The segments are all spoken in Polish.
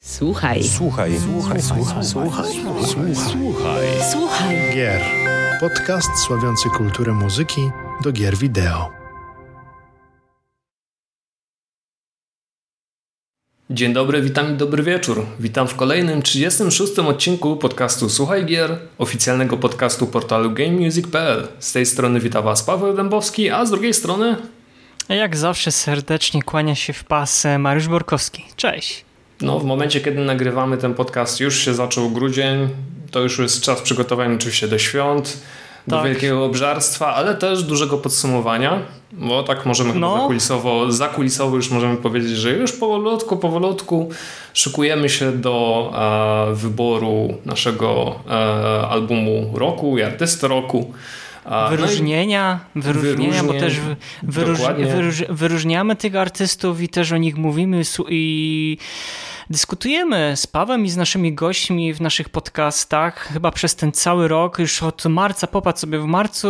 Słuchaj. Słuchaj. Słuchaj. Słuchaj. Słuchaj. Słuchaj. Słuchaj. Gier. Podcast sławiący kulturę muzyki do gier wideo. Dzień dobry, witam i dobry wieczór. Witam w kolejnym 36. odcinku podcastu Słuchaj Gier, oficjalnego podcastu portalu GameMusic.pl. Z tej strony witam Was Paweł Dębowski, a z drugiej strony... Jak zawsze serdecznie kłania się w pas Mariusz Borkowski. Cześć. No, w momencie, kiedy nagrywamy ten podcast, już się zaczął grudzień, to już jest czas przygotowań oczywiście do świąt, do wielkiego obżarstwa, ale też dużego podsumowania, bo tak możemy chyba zakulisowo już możemy powiedzieć, że już powolutku szykujemy się do wyboru naszego albumu roku i artysty roku. Wyróżnienia, bo też wyróżniamy tych artystów i też o nich mówimy i dyskutujemy z Pawłem i z naszymi gośćmi w naszych podcastach chyba przez ten cały rok, już od marca. Popatrz sobie, w marcu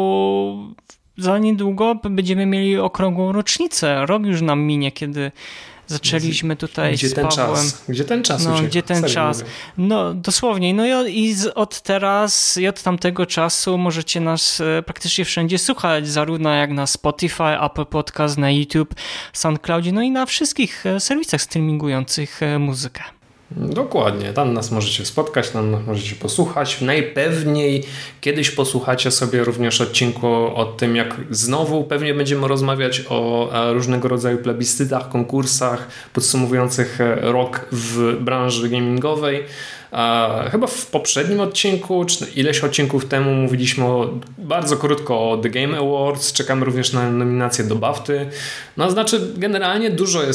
za niedługo będziemy mieli okrągłą rocznicę. Rok już nam minie, kiedy zaczęliśmy tutaj z Pawłem. Gdzie ten czas? Gdzie ten czas? Mówię. No dosłownie. No i od teraz i od tamtego czasu możecie nas praktycznie wszędzie słuchać, zarówno jak na Spotify, Apple Podcast, na YouTube, SoundCloudzie, no i na wszystkich serwisach streamingujących muzykę. Dokładnie, tam nas możecie spotkać, tam nas możecie posłuchać. Najpewniej kiedyś posłuchacie sobie również odcinku o tym, jak znowu pewnie będziemy rozmawiać o różnego rodzaju plebiscytach, konkursach podsumowujących rok w branży gamingowej. Chyba w poprzednim odcinku, czy ileś odcinków temu mówiliśmy bardzo krótko o The Game Awards. Czekamy również na nominację do BAFTY. No znaczy generalnie dużo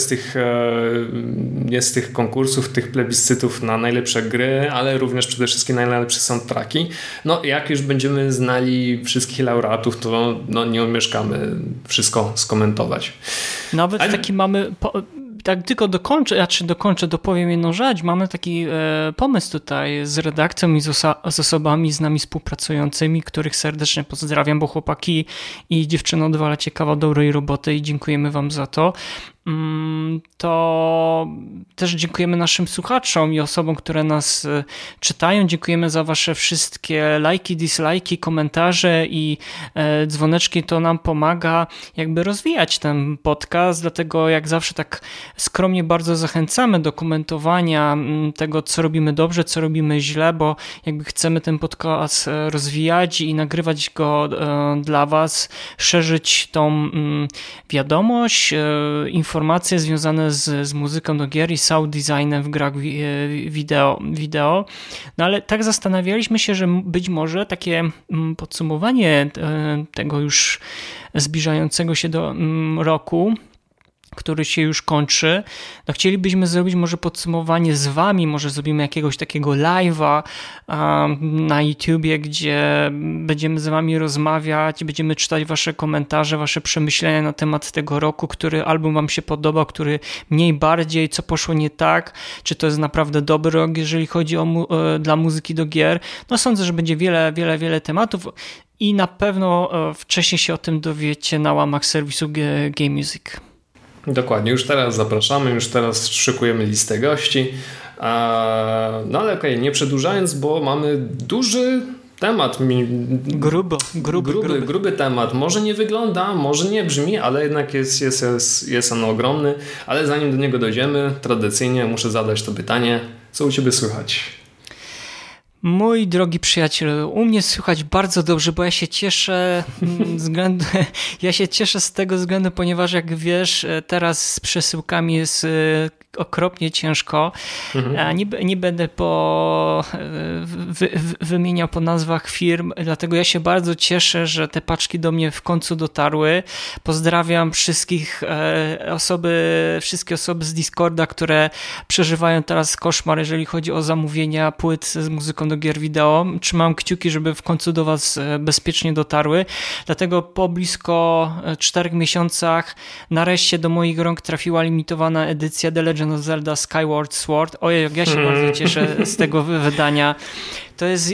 jest tych konkursów, tych plebiscytów na najlepsze gry, ale również przede wszystkim najlepsze soundtracki. No jak już będziemy znali wszystkich laureatów, to nie omieszkamy wszystko skomentować. Nawet taki mamy... Tak tylko dopowiem jedną rzecz. Mamy taki pomysł tutaj z redakcją i z osobami z nami współpracującymi, których serdecznie pozdrawiam, bo chłopaki i dziewczyny odwalacie kawał dobrej roboty i dziękujemy wam za to. To też dziękujemy naszym słuchaczom i osobom, które nas czytają. Dziękujemy za wasze wszystkie lajki, dislajki, komentarze i dzwoneczki. To nam pomaga jakby rozwijać ten podcast, dlatego jak zawsze tak skromnie bardzo zachęcamy do komentowania tego, co robimy dobrze, co robimy źle, bo jakby chcemy ten podcast rozwijać i nagrywać go dla was, szerzyć tą wiadomość, informacje związane z muzyką do gier i sound designem w grach wideo. No ale tak zastanawialiśmy się, że być może takie podsumowanie tego już zbliżającego się do roku, który się już kończy, no chcielibyśmy zrobić może podsumowanie z wami, może zrobimy jakiegoś takiego live'a na YouTubie, gdzie będziemy z wami rozmawiać, będziemy czytać wasze komentarze, wasze przemyślenia na temat tego roku, który album wam się podobał, który mniej bardziej, co poszło nie tak, czy to jest naprawdę dobry rok, jeżeli chodzi dla muzyki do gier. No sądzę, że będzie wiele tematów i na pewno wcześniej się o tym dowiecie na łamach serwisu Game Music. Dokładnie, już teraz zapraszamy, już teraz szykujemy listę gości. No ale okej, nie przedłużając, bo mamy duży temat. Gruby temat. Może nie wygląda, może nie brzmi, ale jednak jest on ogromny. Ale zanim do niego dojdziemy, tradycyjnie muszę zadać to pytanie. Co u ciebie słychać? Mój drogi przyjaciel, u mnie słychać bardzo dobrze, bo ja się cieszę z tego względu, ponieważ jak wiesz, teraz z przesyłkami jest okropnie ciężko. Nie będę wymieniał po nazwach firm, dlatego ja się bardzo cieszę, że te paczki do mnie w końcu dotarły. Pozdrawiam wszystkie osoby z Discorda, które przeżywają teraz koszmar, jeżeli chodzi o zamówienia płyt z muzyką do gier wideo. Trzymam kciuki, żeby w końcu do was bezpiecznie dotarły. Dlatego po blisko 4 miesiącach nareszcie do moich rąk trafiła limitowana edycja The Legend of Zelda Skyward Sword. Ojej, jak ja się bardzo cieszę z tego wydania. To jest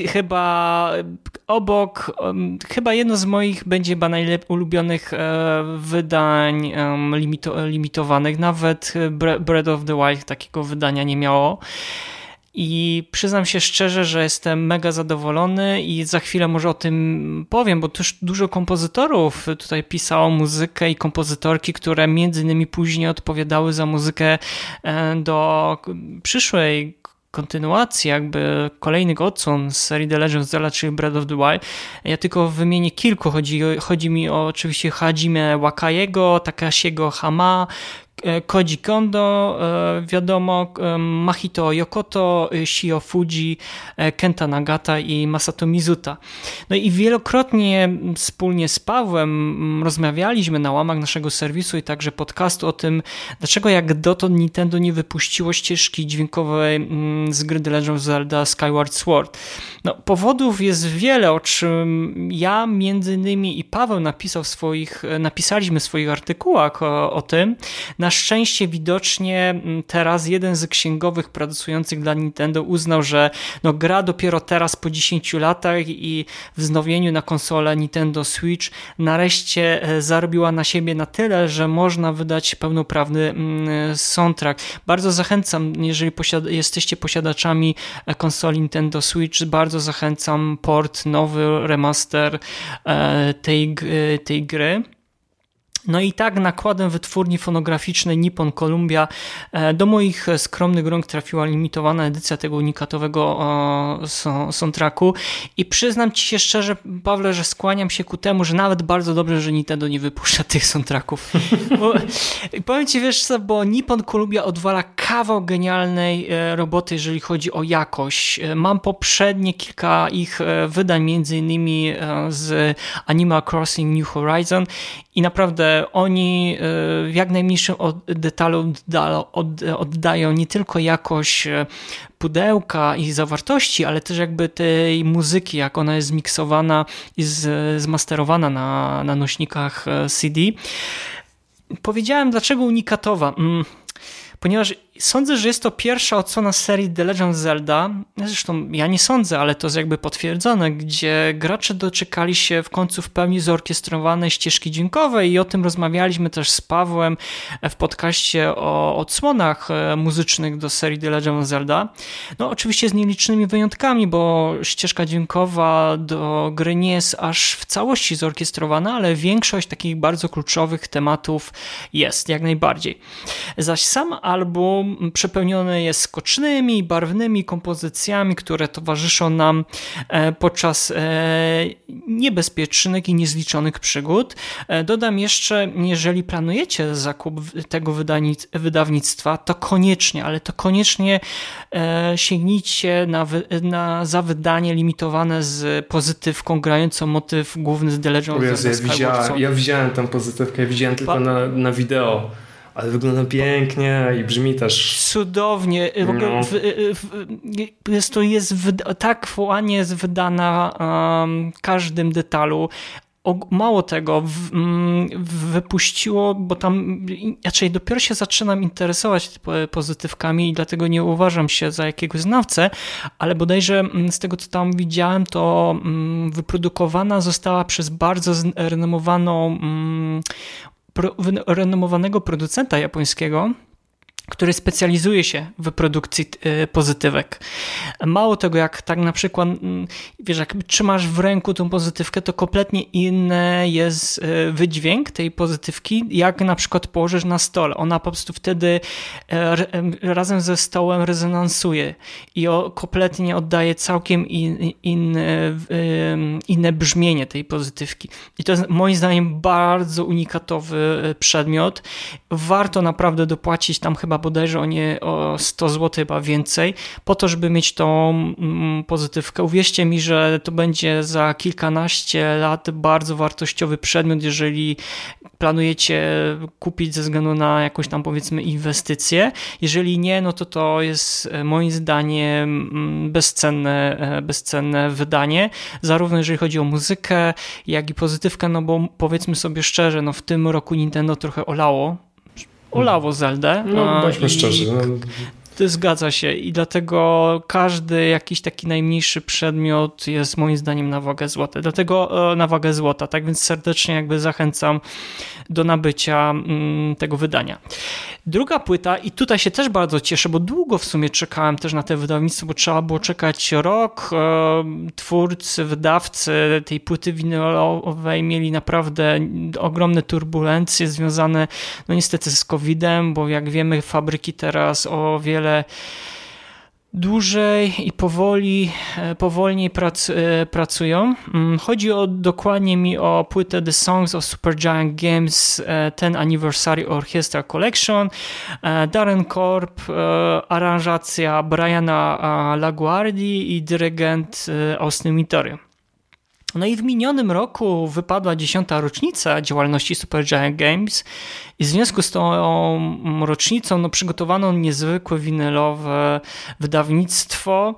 chyba jedno z moich będzie ulubionych wydań limitowanych. Nawet Breath of the Wild takiego wydania nie miało. I przyznam się szczerze, że jestem mega zadowolony i za chwilę może o tym powiem, bo też dużo kompozytorów tutaj pisało muzykę i kompozytorki, które między innymi później odpowiadały za muzykę do przyszłej kontynuacji, jakby kolejnych odsłon z serii The Legend of Zelda, czyli Breath of the Wild. Ja tylko wymienię kilku. Chodzi mi o oczywiście Hajime Wakayego, Takashiego Hama, Koji Kondo, wiadomo, Mahito Yokoto, Shio Fuji, Kenta Nagata i Masato Mizuta. No i wielokrotnie wspólnie z Pawłem rozmawialiśmy na łamach naszego serwisu i także podcastu o tym, dlaczego jak dotąd Nintendo nie wypuściło ścieżki dźwiękowej z gry The Legend of Zelda Skyward Sword. No, powodów jest wiele, o czym ja między innymi i Paweł napisaliśmy w swoich artykułach o tym. Na szczęście widocznie teraz jeden z księgowych pracujących dla Nintendo uznał, że gra dopiero teraz po 10 latach i wznowieniu na konsolę Nintendo Switch nareszcie zarobiła na siebie na tyle, że można wydać pełnoprawny soundtrack. Bardzo zachęcam, jeżeli jesteście posiadaczami konsoli Nintendo Switch, bardzo zachęcam port, nowy remaster tej gry. No i tak nakładem wytwórni fonograficznej Nippon Columbia do moich skromnych rąk trafiła limitowana edycja tego unikatowego soundtracku i przyznam ci się szczerze, Pawle, że skłaniam się ku temu, że nawet bardzo dobrze, że Nintendo nie wypuszcza tych soundtracków. Powiem ci, wiesz co, bo Nippon Columbia odwala kawał genialnej roboty, jeżeli chodzi o jakość. Mam poprzednie kilka ich wydań, między innymi z Animal Crossing New Horizon i naprawdę oni w jak najmniejszym detalu oddają nie tylko jakość pudełka i zawartości, ale też jakby tej muzyki, jak ona jest zmiksowana i zmasterowana na nośnikach CD. Powiedziałem, dlaczego unikatowa. Ponieważ sądzę, że jest to pierwsza odsłona serii The Legend of Zelda, zresztą ja nie sądzę, ale to jest jakby potwierdzone, gdzie gracze doczekali się w końcu w pełni zorkiestrowanej ścieżki dźwiękowej i o tym rozmawialiśmy też z Pawłem w podcaście o odsłonach muzycznych do serii The Legend of Zelda. No oczywiście z nielicznymi wyjątkami, bo ścieżka dźwiękowa do gry nie jest aż w całości zorkiestrowana, ale większość takich bardzo kluczowych tematów jest, jak najbardziej. Zaś sam album przepełniony jest skocznymi, barwnymi kompozycjami, które towarzyszą nam podczas niebezpiecznych i niezliczonych przygód. Dodam jeszcze, jeżeli planujecie zakup tego wydawnictwa, to koniecznie, ale to koniecznie sięgnijcie za wydanie limitowane z pozytywką grającą motyw główny z The Legend of Zelda. Ja widziałem tę pozytywkę, widziałem tylko na wideo. Ale wygląda pięknie i brzmi też cudownie. Tak ładnie jest wydana w każdym detalu. Mało tego, wypuściło, bo tam raczej dopiero się zaczynam interesować pozytywkami i dlatego nie uważam się za jakiegoś znawcę, ale bodajże z tego, co tam widziałem, to wyprodukowana została przez bardzo renomowanego producenta japońskiego, który specjalizuje się w produkcji pozytywek. Mało tego, jak tak na przykład, wiesz, jak trzymasz w ręku tą pozytywkę, to kompletnie inny jest wydźwięk tej pozytywki, jak na przykład położysz na stole. Ona po prostu wtedy razem ze stołem rezonansuje i kompletnie oddaje całkiem inne brzmienie tej pozytywki. I to jest moim zdaniem bardzo unikatowy przedmiot. Warto naprawdę dopłacić tam chyba chyba bodajże o 100 zł chyba więcej, po to, żeby mieć tą pozytywkę. Uwierzcie mi, że to będzie za kilkanaście lat bardzo wartościowy przedmiot, jeżeli planujecie kupić ze względu na jakąś tam powiedzmy inwestycję. Jeżeli nie, no to jest moim zdaniem bezcenne wydanie, zarówno jeżeli chodzi o muzykę, jak i pozytywkę, no bo powiedzmy sobie szczerze, no w tym roku Nintendo trochę olało Zeldę. No bądźmy szczerzy. Zgadza się i dlatego każdy jakiś taki najmniejszy przedmiot jest moim zdaniem na wagę złota. Dlatego na wagę złota, tak więc serdecznie jakby zachęcam do nabycia tego wydania. Druga płyta i tutaj się też bardzo cieszę, bo długo w sumie czekałem też na te wydawnictwo, bo trzeba było czekać rok. Twórcy, wydawcy tej płyty winylowej mieli naprawdę ogromne turbulencje związane no niestety z COVID-em, bo jak wiemy fabryki teraz o wiele dłużej i powolniej pracują. Chodzi dokładnie mi o płytę The Songs of Supergiant Games 10 Anniversary Orchestra Collection. Darren Korb, aranżacja Briana LaGuardi i dyrygent Austin Wintory. No i w minionym roku wypadła 10. rocznica działalności Supergiant Games i w związku z tą rocznicą no, przygotowano niezwykłe winylowe wydawnictwo.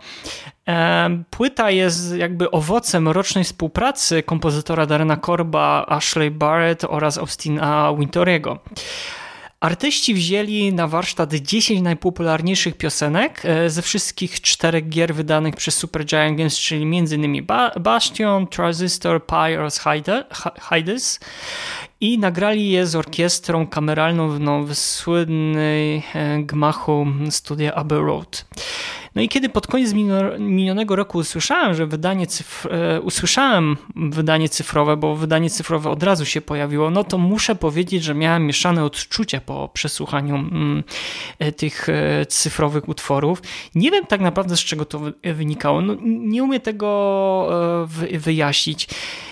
Płyta jest jakby owocem rocznej współpracy kompozytora Darrena Korba, Ashley Barrett oraz Austina Wintory'ego. Artyści wzięli na warsztat 10 najpopularniejszych piosenek ze wszystkich 4 gier wydanych przez Supergiant Games, czyli m.in. Bastion, Transistor, Pi oraz Hades i nagrali je z orkiestrą kameralną w słynnej gmachu studia Abbey Road. No i kiedy pod koniec minionego roku usłyszałem wydanie cyfrowe, bo wydanie cyfrowe od razu się pojawiło, no to muszę powiedzieć, że miałem mieszane odczucia po przesłuchaniu tych cyfrowych utworów. Nie wiem tak naprawdę z czego to wynikało. No, nie umiem tego wyjaśnić.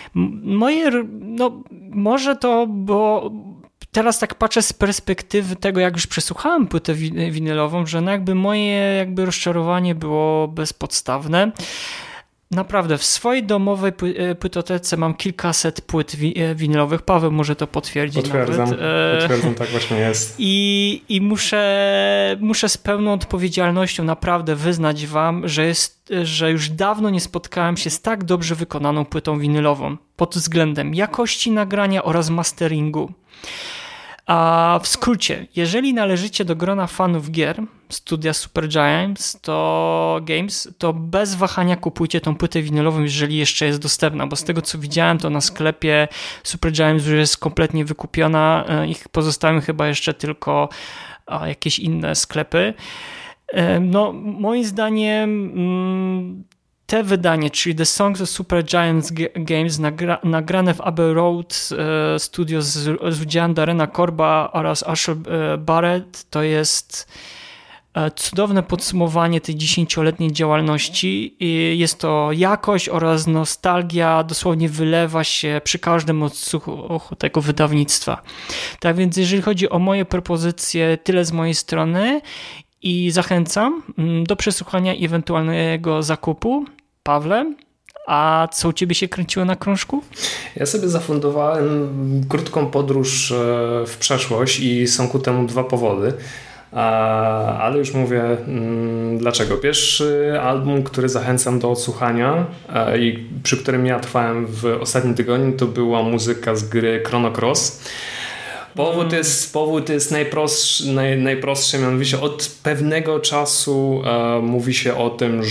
Może to, bo teraz tak patrzę z perspektywy tego, jak już przesłuchałem płytę winylową, że no jakby moje rozczarowanie było bezpodstawne. Naprawdę, w swojej domowej płytotece mam kilkaset płyt winylowych. Paweł może to potwierdzić. Potwierdzam, tak właśnie jest. I muszę z pełną odpowiedzialnością naprawdę wyznać wam, że już dawno nie spotkałem się z tak dobrze wykonaną płytą winylową pod względem jakości nagrania oraz masteringu. A w skrócie, jeżeli należycie do grona fanów gier studia Supergiant Games, to bez wahania kupujcie tą płytę winylową, jeżeli jeszcze jest dostępna, bo z tego co widziałem, to na sklepie Supergiant już jest kompletnie wykupiona, ich pozostają chyba jeszcze tylko jakieś inne sklepy. No, moim zdaniem te wydanie, czyli The Songs of Supergiant Games nagrane w Abbey Road Studio z udziałem Darrena Korba oraz Ashley Barrett to jest cudowne podsumowanie tej 10-letniej działalności. Jest to jakość oraz nostalgia dosłownie wylewa się przy każdym odsłuchu tego wydawnictwa. Tak więc jeżeli chodzi o moje propozycje, tyle z mojej strony i zachęcam do przesłuchania i ewentualnego zakupu. Pawle, a co u ciebie się kręciło na krążku? Ja sobie zafundowałem krótką podróż w przeszłość i są ku temu 2 powody. Ale już mówię dlaczego. Pierwszy album, który zachęcam do odsłuchania i przy którym ja trwałem w ostatnim tygodniu, to była muzyka z gry Chrono Cross. Powód jest najprostszy, mianowicie od pewnego czasu mówi się o tym,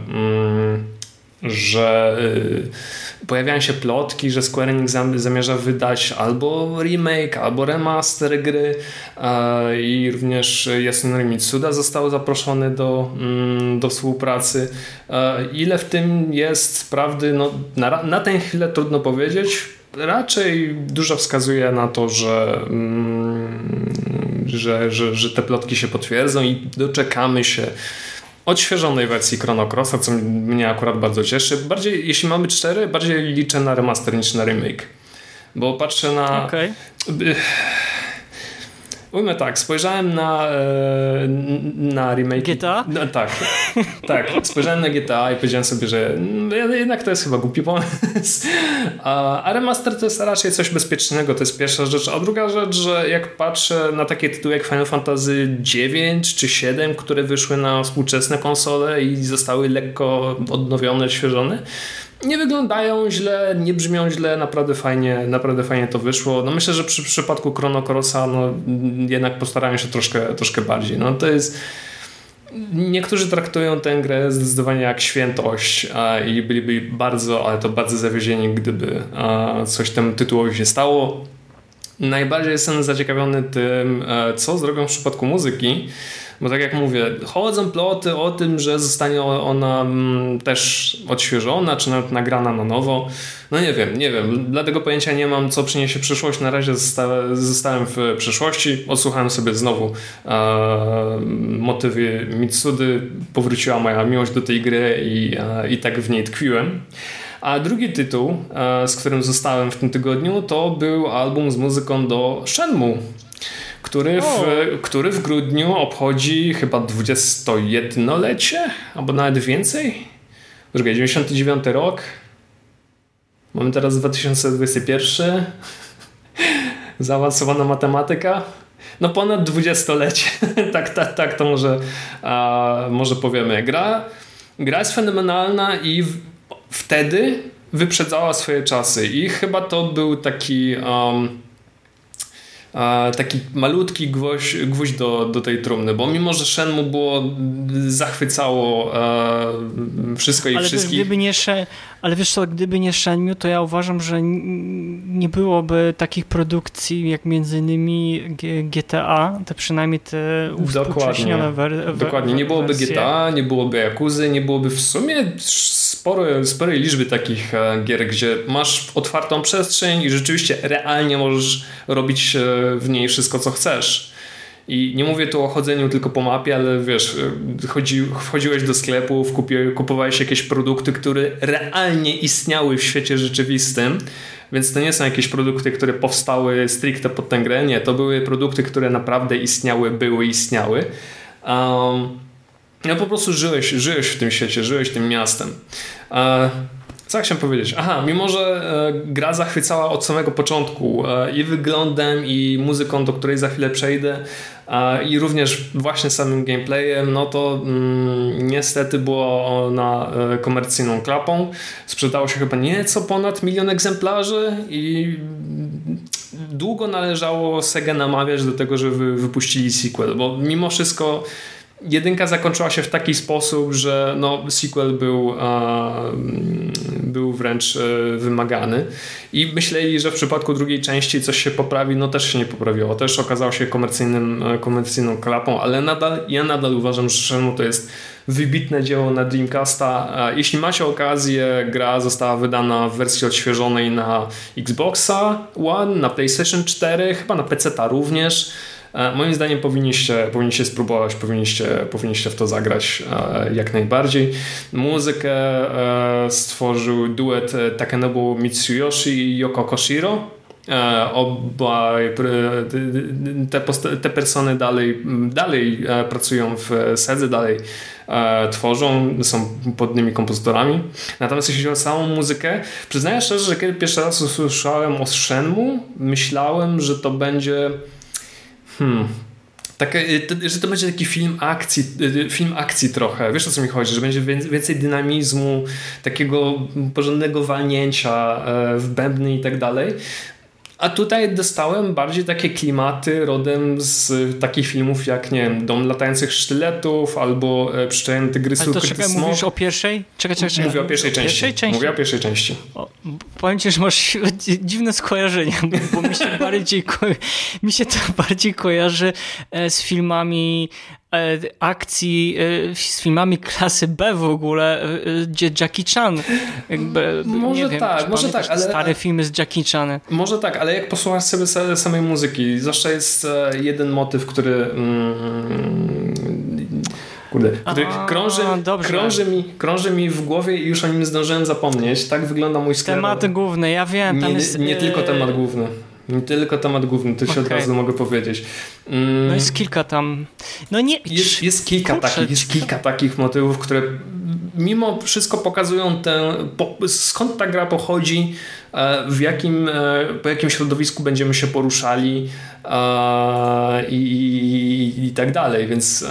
że pojawiają się plotki, że Square Enix zamierza wydać albo remake, albo remaster gry i również Yasunori Mitsuda został zaproszony do współpracy. Ile w tym jest prawdy? No, na tę chwilę trudno powiedzieć. Raczej dużo wskazuje na to, że te plotki się potwierdzą i doczekamy się odświeżonej wersji Chrono Crossa, co mnie akurat bardzo cieszy. Bardziej, jeśli mamy 4, bardziej liczę na remaster niż na remake. Bo patrzę na... ujmę tak, spojrzałem na remake. GTA? No, tak. Spojrzałem na GTA i powiedziałem sobie, że jednak to jest chyba głupi pomysł. A remaster to jest raczej coś bezpiecznego, to jest pierwsza rzecz. A druga rzecz, że jak patrzę na takie tytuły jak Final Fantasy 9 czy 7, które wyszły na współczesne konsole i zostały lekko odnowione, odświeżone, nie wyglądają źle, nie brzmią źle, naprawdę fajnie to wyszło. No myślę, że przy przypadku Chrono Crossa jednak postarają się troszkę bardziej. No to jest... Niektórzy traktują tę grę zdecydowanie jak świętość i byliby bardzo zawiedzieni, gdyby coś temu tytułowi się stało. Najbardziej jestem zaciekawiony tym, co zrobią w przypadku muzyki, bo tak jak mówię, chodzą ploty o tym, że zostanie ona też odświeżona, czy nawet nagrana na nowo. No nie wiem. Dlatego pojęcia nie mam, co przyniesie przyszłość. Na razie zostałem w przeszłości. Odsłuchałem sobie znowu motywy Mitsudy. Powróciła moja miłość do tej gry i tak w niej tkwiłem. A drugi tytuł, z którym zostałem w tym tygodniu, to był album z muzyką do Shenmue, który w grudniu obchodzi chyba 21-lecie, albo nawet więcej. 99 rok. Mamy teraz 2021. Zaawansowana matematyka. No ponad 20-lecie. tak to może powiemy. Gra jest fenomenalna i wtedy wyprzedzała swoje czasy i chyba to był taki malutki gwóźdź do tej trumny, bo mimo, że Shenmue zachwycało wszystko i wszystkich. Ale wiesz co, gdyby nie Shenmue, to ja uważam, że nie byłoby takich produkcji jak między innymi GTA, te przynajmniej te uwspółcześnione Dokładnie, nie byłoby GTA, nie byłoby Yakuzy, nie byłoby w sumie sporej liczby takich gier, gdzie masz otwartą przestrzeń i rzeczywiście realnie możesz robić w niej wszystko, co chcesz. I nie mówię tu o chodzeniu tylko po mapie, ale wiesz, wchodziłeś do sklepów, kupowałeś jakieś produkty, które realnie istniały w świecie rzeczywistym, więc to nie są jakieś produkty, które powstały stricte pod tę grę, nie, to były produkty, które naprawdę istniały. No po prostu żyłeś w tym świecie, żyłeś tym miastem. Co ja chciałem powiedzieć? Mimo że gra zachwycała od samego początku i wyglądem, i muzyką, do której za chwilę przejdę, i również właśnie samym gameplayem, no to niestety była ona komercyjną klapą. Sprzedało się chyba nieco ponad 1 milion egzemplarzy i długo należało Sega namawiać do tego, żeby wypuścili sequel, bo mimo wszystko jedynka zakończyła się w taki sposób, że sequel był wręcz wymagany i myśleli, że w przypadku drugiej części coś się poprawi, też się nie poprawiło. Też okazało się komercyjną klapą, ale ja nadal uważam, że Shenmue to jest wybitne dzieło na Dreamcasta. Jeśli macie okazję, gra została wydana w wersji odświeżonej na Xboxa One, na PlayStation 4, chyba na PC-ta również. Moim zdaniem powinniście spróbować, powinniście w to zagrać jak najbardziej. Muzykę stworzył duet Takenobu Mitsuyoshi i Yoko Koshiro. Obaj te persony dalej pracują w Sedze, dalej tworzą, są podnymi kompozytorami. Natomiast jeśli chodzi o samą muzykę, przyznaję szczerze, że kiedy pierwszy raz usłyszałem o Shenmue, myślałem, że to będzie że to będzie taki film akcji trochę. Wiesz, o co mi chodzi? Że będzie więcej dynamizmu, takiego porządnego walnięcia w bębny i tak dalej. A tutaj dostałem bardziej takie klimaty rodem z takich filmów jak, nie wiem, Dom latających sztyletów albo Przyczajony tygrysy. Ale to czekaj, mówisz o pierwszej? Czekaj. Mówię o pierwszej części. Powiem ci, że masz dziwne skojarzenia, bo mi się to bardziej kojarzy z filmami akcji, z filmami klasy B w ogóle, gdzie Jackie Chan może tak, ale stare filmy z Jackie Chanem. Może tak, ale jak posłuchasz sobie samej muzyki, zawsze jest jeden motyw, który krąży mi w głowie i już o nim zdążyłem zapomnieć. Tak wygląda mój sklep. Temat główny, ja wiem. Nie tylko temat główny. Nie tylko temat główny, to się od razu mogę powiedzieć. No jest kilka tam... No nie... Jest kilka takich motywów, które mimo wszystko pokazują skąd ta gra pochodzi, po jakim środowisku będziemy się poruszali i tak dalej, więc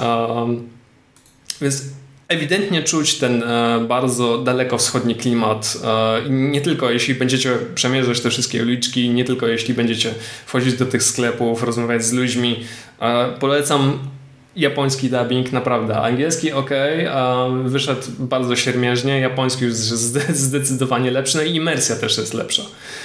ewidentnie czuć ten bardzo dalekowschodni klimat. Nie tylko jeśli będziecie przemierzać te wszystkie uliczki, nie tylko jeśli będziecie wchodzić do tych sklepów, rozmawiać z ludźmi. Polecam japoński dubbing, naprawdę. Angielski wyszedł bardzo siermiężnie, japoński już zdecydowanie lepszy, no i imersja też jest lepsza.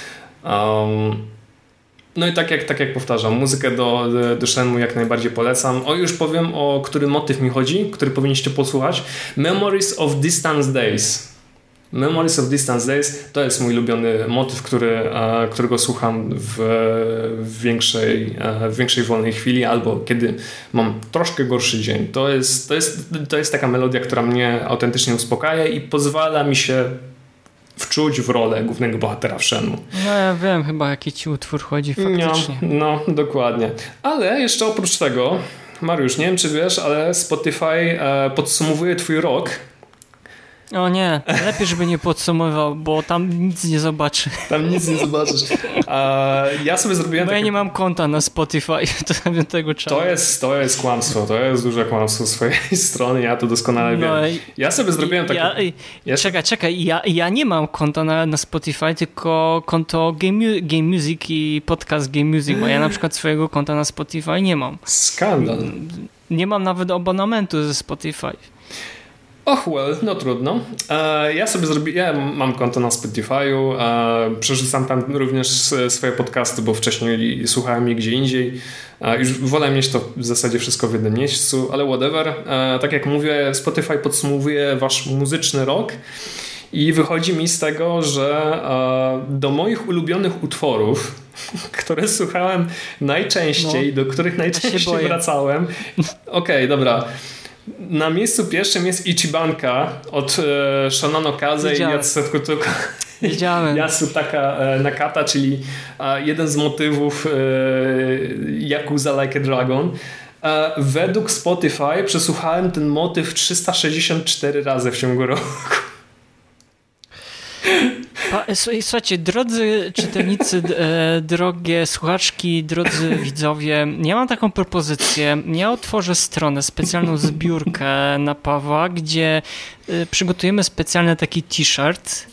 No i tak jak powtarzam, muzykę do Shenmue jak najbardziej polecam. Już powiem, o który motyw mi chodzi, który powinniście posłuchać. Memories of Distant Days. Memories of Distant Days to jest mój ulubiony motyw, którego słucham w większej wolnej chwili albo kiedy mam troszkę gorszy dzień. To jest taka melodia, która mnie autentycznie uspokaja i pozwala mi się wczuć w rolę głównego bohatera w Shenmue. No ja wiem chyba, jaki ci utwór chodzi faktycznie. No, dokładnie. Ale jeszcze oprócz tego, Mariusz, nie wiem czy wiesz, ale Spotify podsumowuje twój rok. O nie, lepiej żeby nie podsumował, bo tam nic nie zobaczy. Tam nic nie zobaczysz. Ja sobie zrobiłem... Bo ja nie mam konta na Spotify, to tego czasu. To jest kłamstwo, to jest duże kłamstwo z swojej strony, ja to doskonale wiem. Ja sobie zrobiłem takie... Czekaj, ja nie mam konta na Spotify, tylko konto Game Music i podcast Game Music, bo ja na przykład swojego konta na Spotify nie mam. Skandal. Nie mam nawet abonamentu ze Spotify. No trudno. Ja mam konto na Spotify'u, przerzucam tam również swoje podcasty, bo wcześniej słuchałem je gdzie indziej. Już wolę mieć to w zasadzie wszystko w jednym miejscu, ale whatever. Tak jak mówię, Spotify podsumowuje wasz muzyczny rok i wychodzi mi z tego, że do moich ulubionych utworów, które słuchałem najczęściej, do których najczęściej wracałem. Dobra. Na miejscu pierwszym jest Ichibanka od Shonan Okaze i Yasutaka Nakata, czyli jeden z motywów Yakuza Like a Dragon. Według Spotify przesłuchałem ten motyw 364 razy w ciągu roku. Słuchajcie, drodzy czytelnicy, drogie słuchaczki, drodzy widzowie, ja mam taką propozycję. Ja otworzę stronę, specjalną zbiórkę na Pawła, gdzie przygotujemy specjalny taki t-shirt.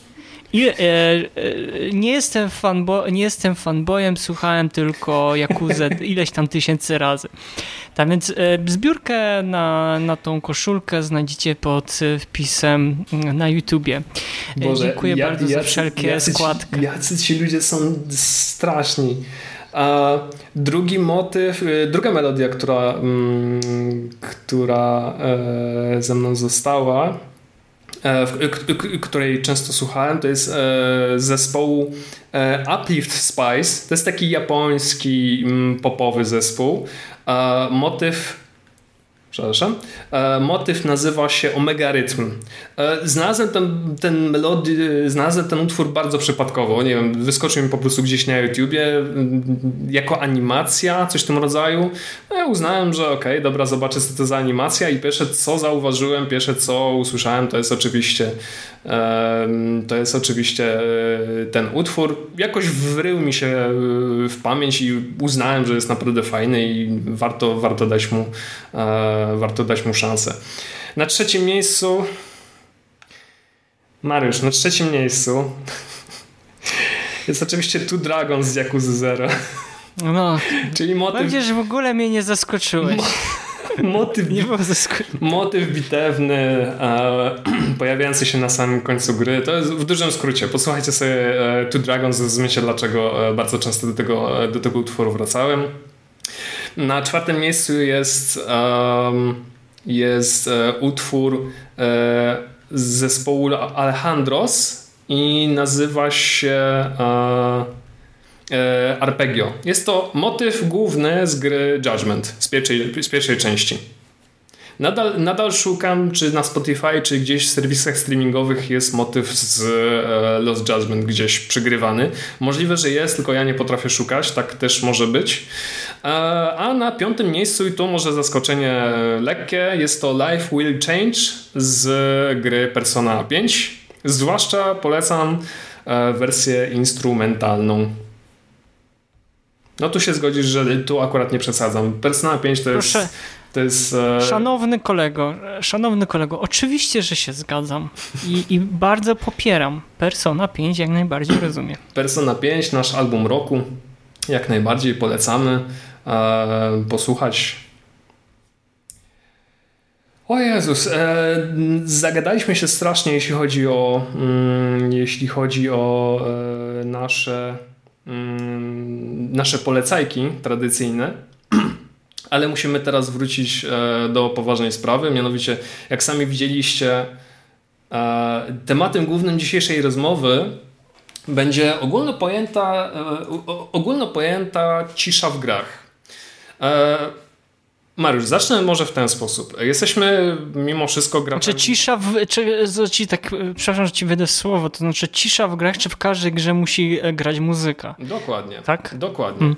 Nie jestem fanboyem, słuchałem tylko Yakuzę ileś tam tysięcy razy. Tak więc zbiórkę na tą koszulkę znajdziecie pod wpisem na YouTubie. Boże, dziękuję bardzo za wszelkie składki. Jacy ci ludzie są straszni. Drugi motyw, druga melodia, która ze mną została, której często słuchałem, to jest zespołu Uplift Spice. To jest taki japoński popowy zespół. Motyw nazywa się Omega Rytm. Znalazłem ten utwór bardzo przypadkowo. Nie wiem, wyskoczył mi po prostu gdzieś na YouTubie jako animacja, coś w tym rodzaju. Ja uznałem, że dobra, zobaczę co to za animacja i pierwsze co zauważyłem, pierwsze co usłyszałem, to jest oczywiście ten utwór. Jakoś wrył mi się w pamięć i uznałem, że jest naprawdę fajny i warto dać mu szansę. Na trzecim miejscu Mariusz, jest oczywiście Two Dragons z Yakuza Zero. No, czyli motyw... Mam nadzieję, że w ogóle mnie nie zaskoczyłeś. Motyw bitewny pojawiający się na samym końcu gry. To jest w dużym skrócie. Posłuchajcie sobie Two Dragons, zrozumiecie dlaczego bardzo często do tego utworu wracałem. Na czwartym miejscu jest utwór z zespołu Alejandros i nazywa się Arpeggio. Jest to motyw główny z gry Judgment, z pierwszej części. Nadal szukam, czy na Spotify, czy gdzieś w serwisach streamingowych jest motyw z Lost Judgment gdzieś przygrywany. Możliwe, że jest, tylko ja nie potrafię szukać, tak też może być. A na 5. miejscu, i tu może zaskoczenie lekkie, jest to Life Will Change z gry Persona 5. Zwłaszcza polecam wersję instrumentalną. No tu się zgodzisz, że tu akurat nie przesadzam. Persona 5 to jest... Proszę. To jest, Szanowny kolego, oczywiście, że się zgadzam i bardzo popieram. Persona 5 jak najbardziej rozumiem. Persona 5, nasz album roku, jak najbardziej polecamy posłuchać. O Jezus, zagadaliśmy się strasznie, jeśli chodzi o nasze polecajki tradycyjne. Ale musimy teraz wrócić do poważnej sprawy, mianowicie jak sami widzieliście, tematem głównym dzisiejszej rozmowy będzie ogólno pojęta cisza w grach. Mariusz, zacznę może w ten sposób. Jesteśmy mimo wszystko graczami... Czy cisza przepraszam, że ci wyjdę słowo, to znaczy cisza w grach, czy w każdej grze musi grać muzyka? Dokładnie. Tak? Dokładnie.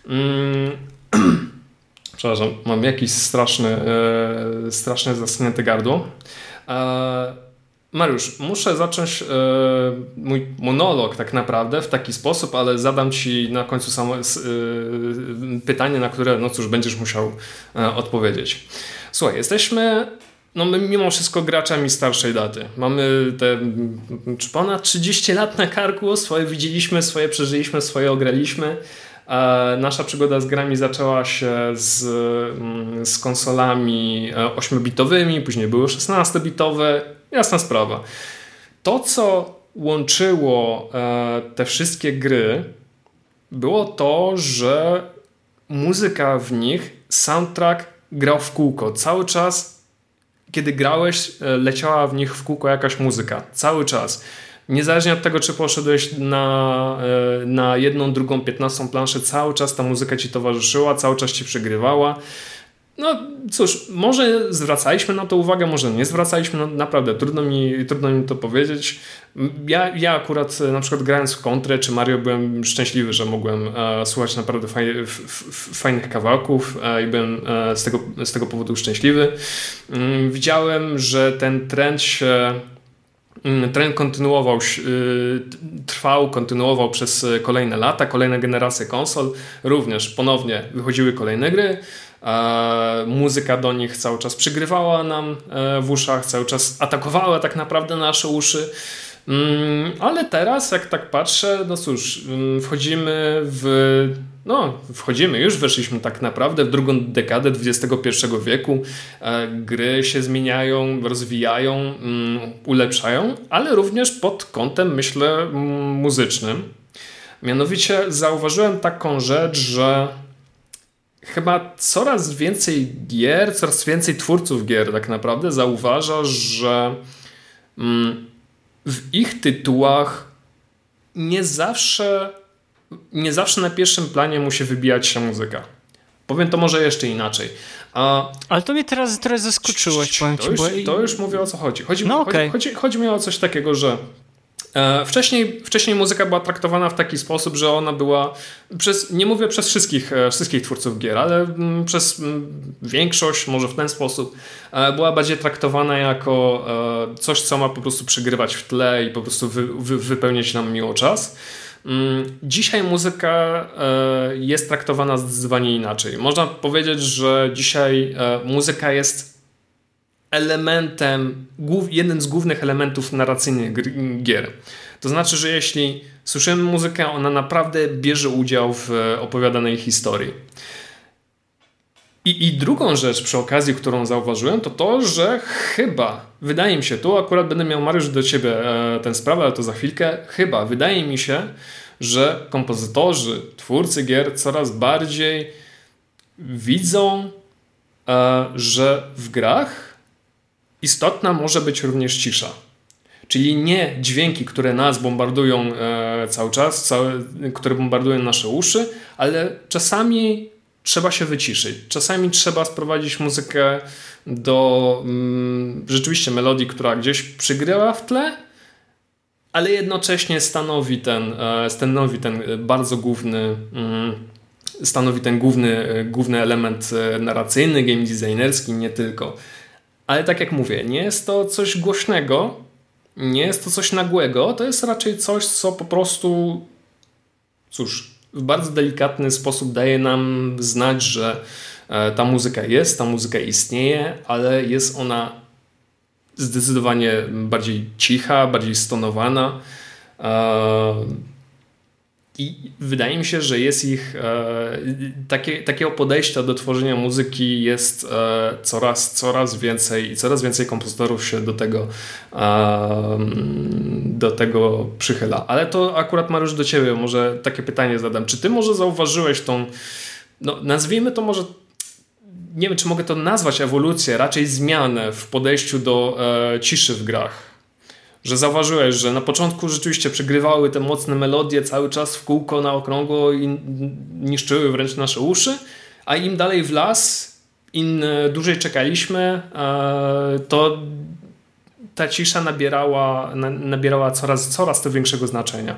Przepraszam, mam jakiś strasznie zaschnięte gardło. Mariusz, muszę zacząć mój monolog tak naprawdę w taki sposób, ale zadam ci na końcu pytanie, na które no cóż, będziesz musiał odpowiedzieć. Słuchaj, jesteśmy my mimo wszystko graczami starszej daty. Mamy te ponad 30 lat na karku, swoje widzieliśmy, swoje przeżyliśmy, swoje ograliśmy. Nasza przygoda z grami zaczęła się z konsolami 8-bitowymi, później były 16-bitowe, jasna sprawa. To, co łączyło te wszystkie gry, było to, że muzyka w nich, soundtrack grał w kółko. Cały czas, kiedy grałeś, leciała w nich w kółko jakaś muzyka. Cały czas. Niezależnie od tego, czy poszedłeś na 1., 2., 15 planszę, cały czas ta muzyka ci towarzyszyła, cały czas ci przygrywała. No cóż, może zwracaliśmy na to uwagę, może nie zwracaliśmy, naprawdę trudno mi to powiedzieć. Ja akurat na przykład grając w Kontrę czy Mario byłem szczęśliwy, że mogłem słuchać naprawdę fajnych kawałków i byłem z tego powodu szczęśliwy. Widziałem, że ten trend kontynuował przez kolejne lata, kolejne generacje konsol. Również ponownie wychodziły kolejne gry. Muzyka do nich cały czas przygrywała nam w uszach, cały czas atakowała tak naprawdę nasze uszy. Ale teraz, jak tak patrzę, no cóż, już weszliśmy tak naprawdę w drugą dekadę XXI wieku. Gry się zmieniają, rozwijają, ulepszają, ale również pod kątem, myślę, muzycznym. Mianowicie zauważyłem taką rzecz, że chyba coraz więcej gier, coraz więcej twórców gier tak naprawdę zauważa, że w ich tytułach nie zawsze na pierwszym planie musi wybijać się muzyka. Powiem to może jeszcze inaczej. Ale to mnie teraz zaskoczyłeś, powiem ci. To już mówię, o co chodzi. Chodzi mi o coś takiego, że wcześniej muzyka była traktowana w taki sposób, że ona była, nie mówię przez wszystkich twórców gier, ale przez większość, może w ten sposób, była bardziej traktowana jako coś, co ma po prostu przygrywać w tle i po prostu wypełniać nam miło czas. Dzisiaj muzyka jest traktowana zdecydowanie inaczej. Można powiedzieć, że dzisiaj muzyka jest jednym z głównych elementów narracyjnych gier. To znaczy, że jeśli słyszymy muzykę, ona naprawdę bierze udział w opowiadanej historii. I drugą rzecz przy okazji, którą zauważyłem, to, że wydaje mi się, tu akurat będę miał, Mariusz, do ciebie tę sprawę, ale to za chwilkę, wydaje mi się, że kompozytorzy, twórcy gier coraz bardziej widzą, że w grach istotna może być również cisza. Czyli nie dźwięki, które nas bombardują cały czas, które bombardują nasze uszy, ale czasami trzeba się wyciszyć. Czasami trzeba sprowadzić muzykę do rzeczywiście melodii, która gdzieś przygrywa w tle, ale jednocześnie stanowi ten bardzo główny główny element narracyjny, game designerski, nie tylko. Ale tak jak mówię, nie jest to coś głośnego, nie jest to coś nagłego, to jest raczej coś, co po prostu w bardzo delikatny sposób daje nam znać, że ta muzyka istnieje, ale jest ona zdecydowanie bardziej cicha, bardziej stonowana. I wydaje mi się, że jest ich takiego podejścia do tworzenia muzyki jest coraz więcej i coraz więcej kompozytorów się do tego przychyla. Ale to akurat, Mariusz, do ciebie może takie pytanie zadam. Czy ty może zauważyłeś tą, nazwijmy to może, nie wiem, czy mogę to nazwać ewolucję, raczej zmianę w podejściu do ciszy w grach? Że zauważyłeś, że na początku rzeczywiście przegrywały te mocne melodie cały czas w kółko na okrągło i niszczyły wręcz nasze uszy, a im dalej w las, im dłużej czekaliśmy, to ta cisza nabierała coraz to większego znaczenia.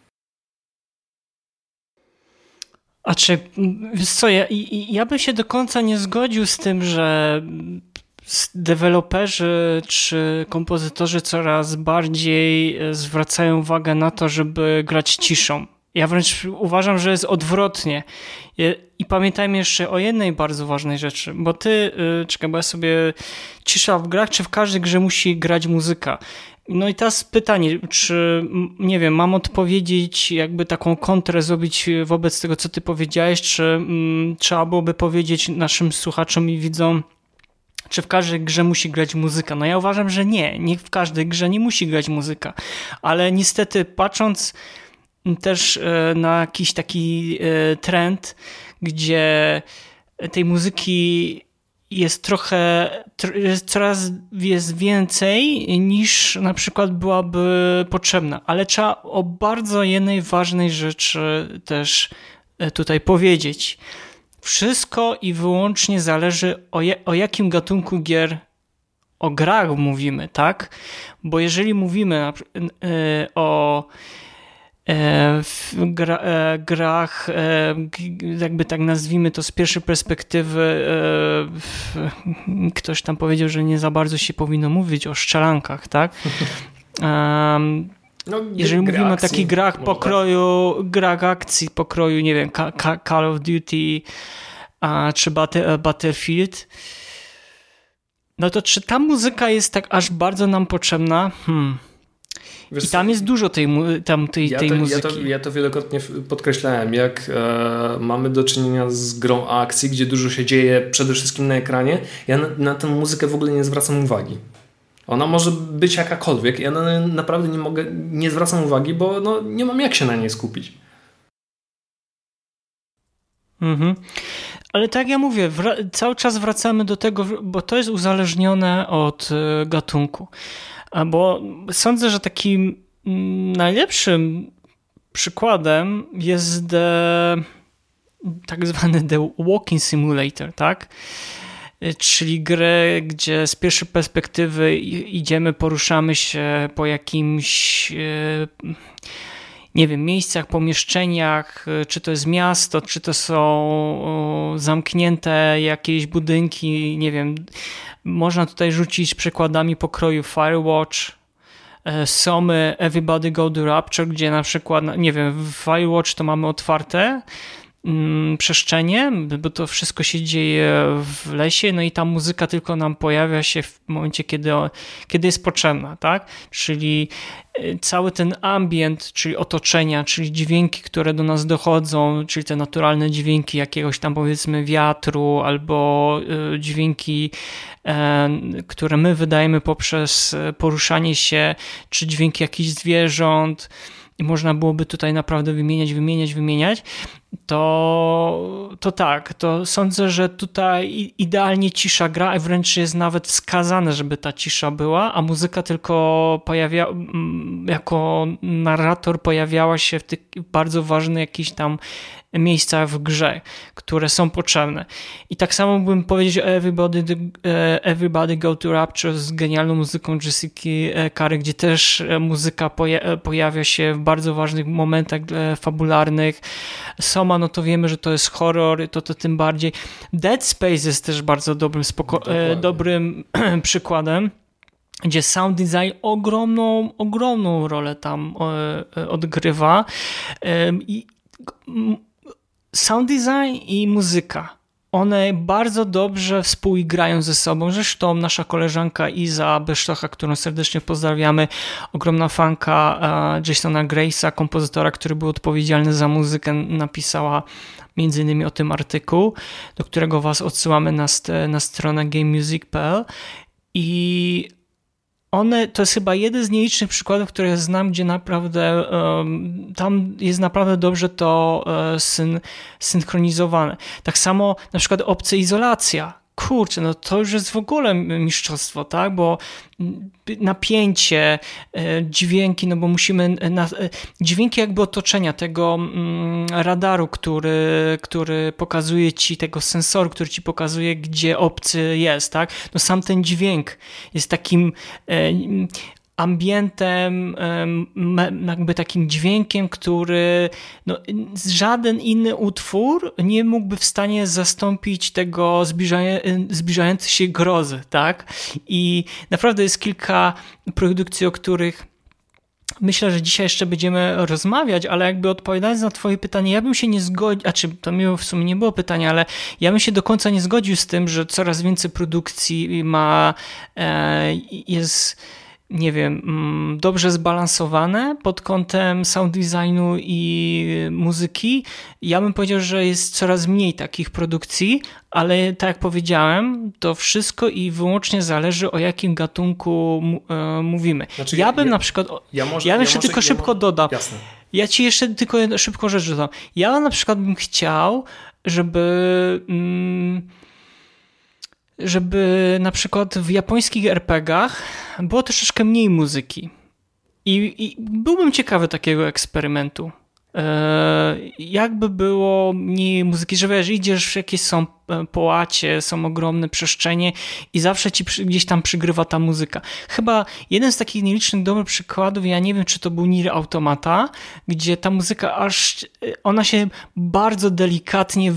A czy, wiesz co, ja bym się do końca nie zgodził z tym, że deweloperzy czy kompozytorzy coraz bardziej zwracają uwagę na to, żeby grać ciszą. Ja wręcz uważam, że jest odwrotnie. I pamiętajmy jeszcze o jednej bardzo ważnej rzeczy, bo bo ja sobie cisza w grach, czy w każdej grze musi grać muzyka? No i teraz pytanie, czy, nie wiem, mam odpowiedzieć, jakby taką kontrę zrobić wobec tego, co ty powiedziałeś, czy trzeba byłoby powiedzieć naszym słuchaczom i widzom, czy w każdej grze musi grać muzyka? No ja uważam, że nie w każdej grze nie musi grać muzyka, ale niestety patrząc też na jakiś taki trend, gdzie tej muzyki jest coraz więcej niż na przykład byłaby potrzebna, ale trzeba o bardzo jednej ważnej rzeczy też tutaj powiedzieć. Wszystko i wyłącznie zależy o jakim gatunku gier, o grach mówimy, tak? Bo jeżeli mówimy o grach, jakby tak nazwijmy to z pierwszej perspektywy, ktoś tam powiedział, że nie za bardzo się powinno mówić o strzelankach, tak? Jeżeli mówimy o takich grach grach akcji pokroju, nie wiem, Call of Duty czy Battlefield, no to czy ta muzyka jest tak aż bardzo nam potrzebna? Wiesz, i tam jest dużo tej muzyki. Ja to wielokrotnie podkreślałem, jak mamy do czynienia z grą akcji, gdzie dużo się dzieje przede wszystkim na ekranie, ja na tę muzykę w ogóle nie zwracam uwagi. Ona może być jakakolwiek, ja naprawdę nie zwracam uwagi, bo nie mam jak się na niej skupić. Mhm. Ale tak jak ja mówię, cały czas wracamy do tego, bo to jest uzależnione od gatunku. Bo sądzę, że takim najlepszym przykładem jest tak zwany The Walking Simulator, tak? Czyli grę, gdzie z pierwszej perspektywy idziemy, poruszamy się po jakimś, nie wiem, miejscach, pomieszczeniach, czy to jest miasto, czy to są zamknięte jakieś budynki, nie wiem. Można tutaj rzucić przykładami pokroju Firewatch, Somy, Everybody Go to Rapture, gdzie na przykład, nie wiem, w Firewatch to mamy otwarte przestrzenie, bo to wszystko się dzieje w lesie, no i ta muzyka tylko nam pojawia się w momencie, kiedy jest potrzebna, tak? Czyli cały ten ambient, czyli otoczenia, czyli dźwięki, które do nas dochodzą, czyli te naturalne dźwięki jakiegoś tam, powiedzmy, wiatru albo dźwięki, które my wydajemy poprzez poruszanie się, czy dźwięki jakichś zwierząt, i można byłoby tutaj naprawdę wymieniać. to tak, to sądzę, że tutaj idealnie cisza gra, a wręcz jest nawet wskazane, żeby ta cisza była, a muzyka tylko jako narrator pojawiała się w tych bardzo ważnych jakichś tam miejscach w grze, które są potrzebne. I tak samo bym powiedział o Everybody Go to Rapture z genialną muzyką Jessica Curry, gdzie też muzyka pojawia się w bardzo ważnych momentach fabularnych. Soma, no to wiemy, że to jest horror, to tym bardziej. Dead Space jest też bardzo dobrym przykładem, gdzie sound design ogromną rolę tam odgrywa. Sound design i muzyka, one bardzo dobrze współgrają ze sobą. Zresztą nasza koleżanka Iza Besztocha, którą serdecznie pozdrawiamy, ogromna fanka Jasona Grace'a, kompozytora, który był odpowiedzialny za muzykę, napisała między innymi o tym artykuł, do którego was odsyłamy na stronę gamemusic.pl i to jest chyba jeden z nielicznych przykładów, które znam, gdzie naprawdę tam jest naprawdę dobrze to synchronizowane. Tak samo na przykład Obcy Izolacja. Kurczę, no to już jest w ogóle mistrzostwo, tak? Bo napięcie, dźwięki, no bo musimy dźwięki jakby otoczenia tego radaru, który pokazuje ci, tego sensoru, który ci pokazuje, gdzie obcy jest, tak? No sam ten dźwięk jest takim ambientem, jakby takim dźwiękiem, który żaden inny utwór nie mógłby w stanie zastąpić tego zbliżającej się grozy, tak? I naprawdę jest kilka produkcji, o których myślę, że dzisiaj jeszcze będziemy rozmawiać, ale jakby odpowiadając na twoje pytanie, ja bym się nie zgodził, to w sumie nie było pytania, ale ja bym się do końca nie zgodził z tym, że coraz więcej produkcji jest, nie wiem, dobrze zbalansowane pod kątem sound designu i muzyki. Ja bym powiedział, że jest coraz mniej takich produkcji, ale tak jak powiedziałem, to wszystko i wyłącznie zależy, o jakim gatunku mówimy. Znaczy, ja bym na przykład... Szybko dodam. Jasne. Ja ci jeszcze tylko jedną szybką rzecz dodam. Ja na przykład bym chciał, żeby na przykład w japońskich RPG-ach było troszeczkę mniej muzyki. I byłbym ciekawy takiego eksperymentu. Jakby było mniej muzyki, że wiesz, idziesz, jakieś są połacie, są ogromne przestrzenie i zawsze ci gdzieś tam przygrywa ta muzyka. Chyba jeden z takich nielicznych dobrych przykładów, ja nie wiem, czy to był Nier Automata, gdzie ta muzyka ona się bardzo delikatnie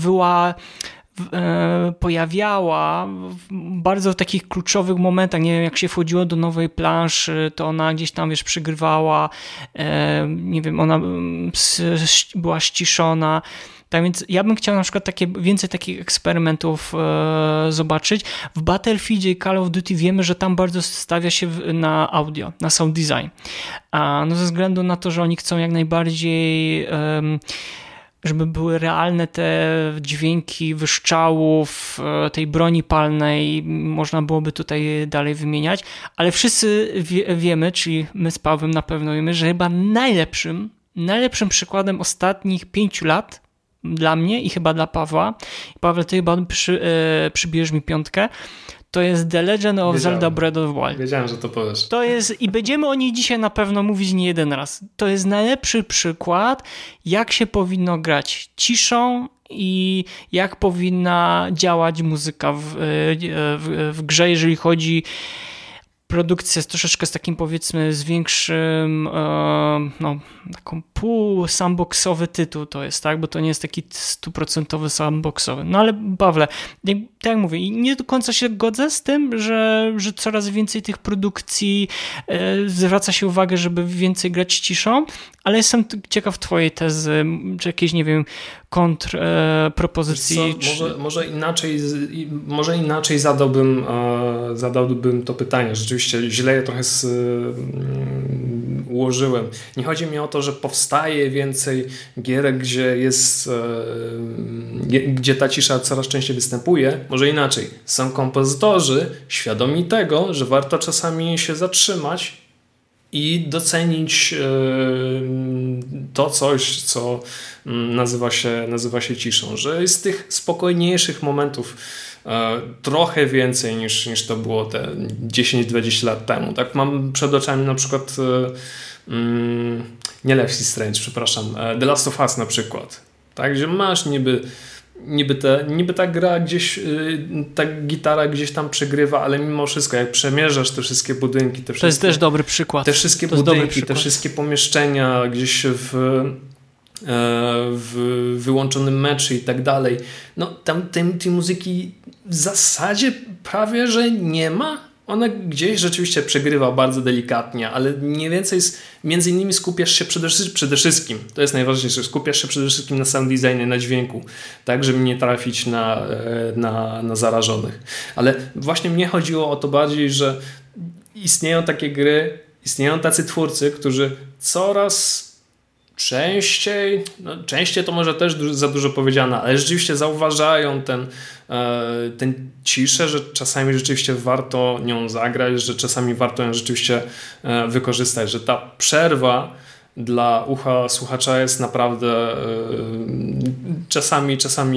pojawiała bardzo w takich kluczowych momentach, nie wiem, jak się wchodziło do nowej planszy, to ona gdzieś tam, wiesz, przygrywała, nie wiem, ona była ściszona. Tak więc ja bym chciał na przykład więcej takich eksperymentów zobaczyć. W Battlefieldzie i Call of Duty wiemy, że tam bardzo stawia się na audio, na sound design. No ze względu na to, że oni chcą jak najbardziej żeby były realne te dźwięki wystrzałów, tej broni palnej, można byłoby tutaj dalej wymieniać, ale wszyscy wiemy, czyli my z Pawłem na pewno wiemy, że chyba najlepszym przykładem ostatnich 5 lat dla mnie i chyba dla Pawła, Paweł, ty chyba przybijesz mi 5, to jest The Legend of Zelda Breath of the Wild. Wiedziałem, że to powiesz. To jest, i będziemy o niej dzisiaj na pewno mówić nie jeden raz. To jest najlepszy przykład, jak się powinno grać ciszą i jak powinna działać muzyka w grze, jeżeli chodzi produkcja troszeczkę z takim, powiedzmy, z większym taką pół-sandboxowy tytuł to jest, tak? Bo to nie jest taki 100% sandboxowy. No ale Pawle, tak jak mówię, nie do końca się godzę z tym, że coraz więcej tych produkcji zwraca się uwagę, żeby więcej grać ciszą, ale jestem ciekaw twojej tezy, czy jakiejś, nie wiem, kontrpropozycji. Może inaczej zadałbym to pytanie. Rzeczywiście źle je trochę ułożyłem. Nie chodzi mi o to, że powstaje więcej gierek, gdzie ta cisza coraz częściej występuje. Może inaczej. Są kompozytorzy świadomi tego, że warto czasami się zatrzymać i docenić to coś, co nazywa się ciszą, że jest tych spokojniejszych momentów trochę więcej niż to było te 10-20 lat temu. Tak mam przed oczami na przykład nie Life is Strange, przepraszam, The Last of Us na przykład. Tak, gdzie masz niby ta gra gdzieś, ta gitara gdzieś tam przegrywa, ale mimo wszystko, jak przemierzasz te wszystkie budynki, to jest też dobry przykład. Te wszystkie budynki, te wszystkie pomieszczenia gdzieś w wyłączonym meczu i tak dalej, no tam tej muzyki w zasadzie prawie, że nie ma. Ona gdzieś rzeczywiście przegrywa bardzo delikatnie, ale mniej więcej między innymi skupiasz się przede wszystkim, to jest najważniejsze, skupiasz się przede wszystkim na sound designie, na dźwięku, tak, żeby nie trafić na zarażonych. Ale właśnie mnie chodziło o to bardziej, że istnieją takie gry, istnieją tacy twórcy, którzy coraz częściej to może też za dużo powiedziane, ale rzeczywiście zauważają tę ciszę, że czasami rzeczywiście warto nią zagrać, że czasami warto ją rzeczywiście wykorzystać, że ta przerwa dla ucha słuchacza jest naprawdę czasami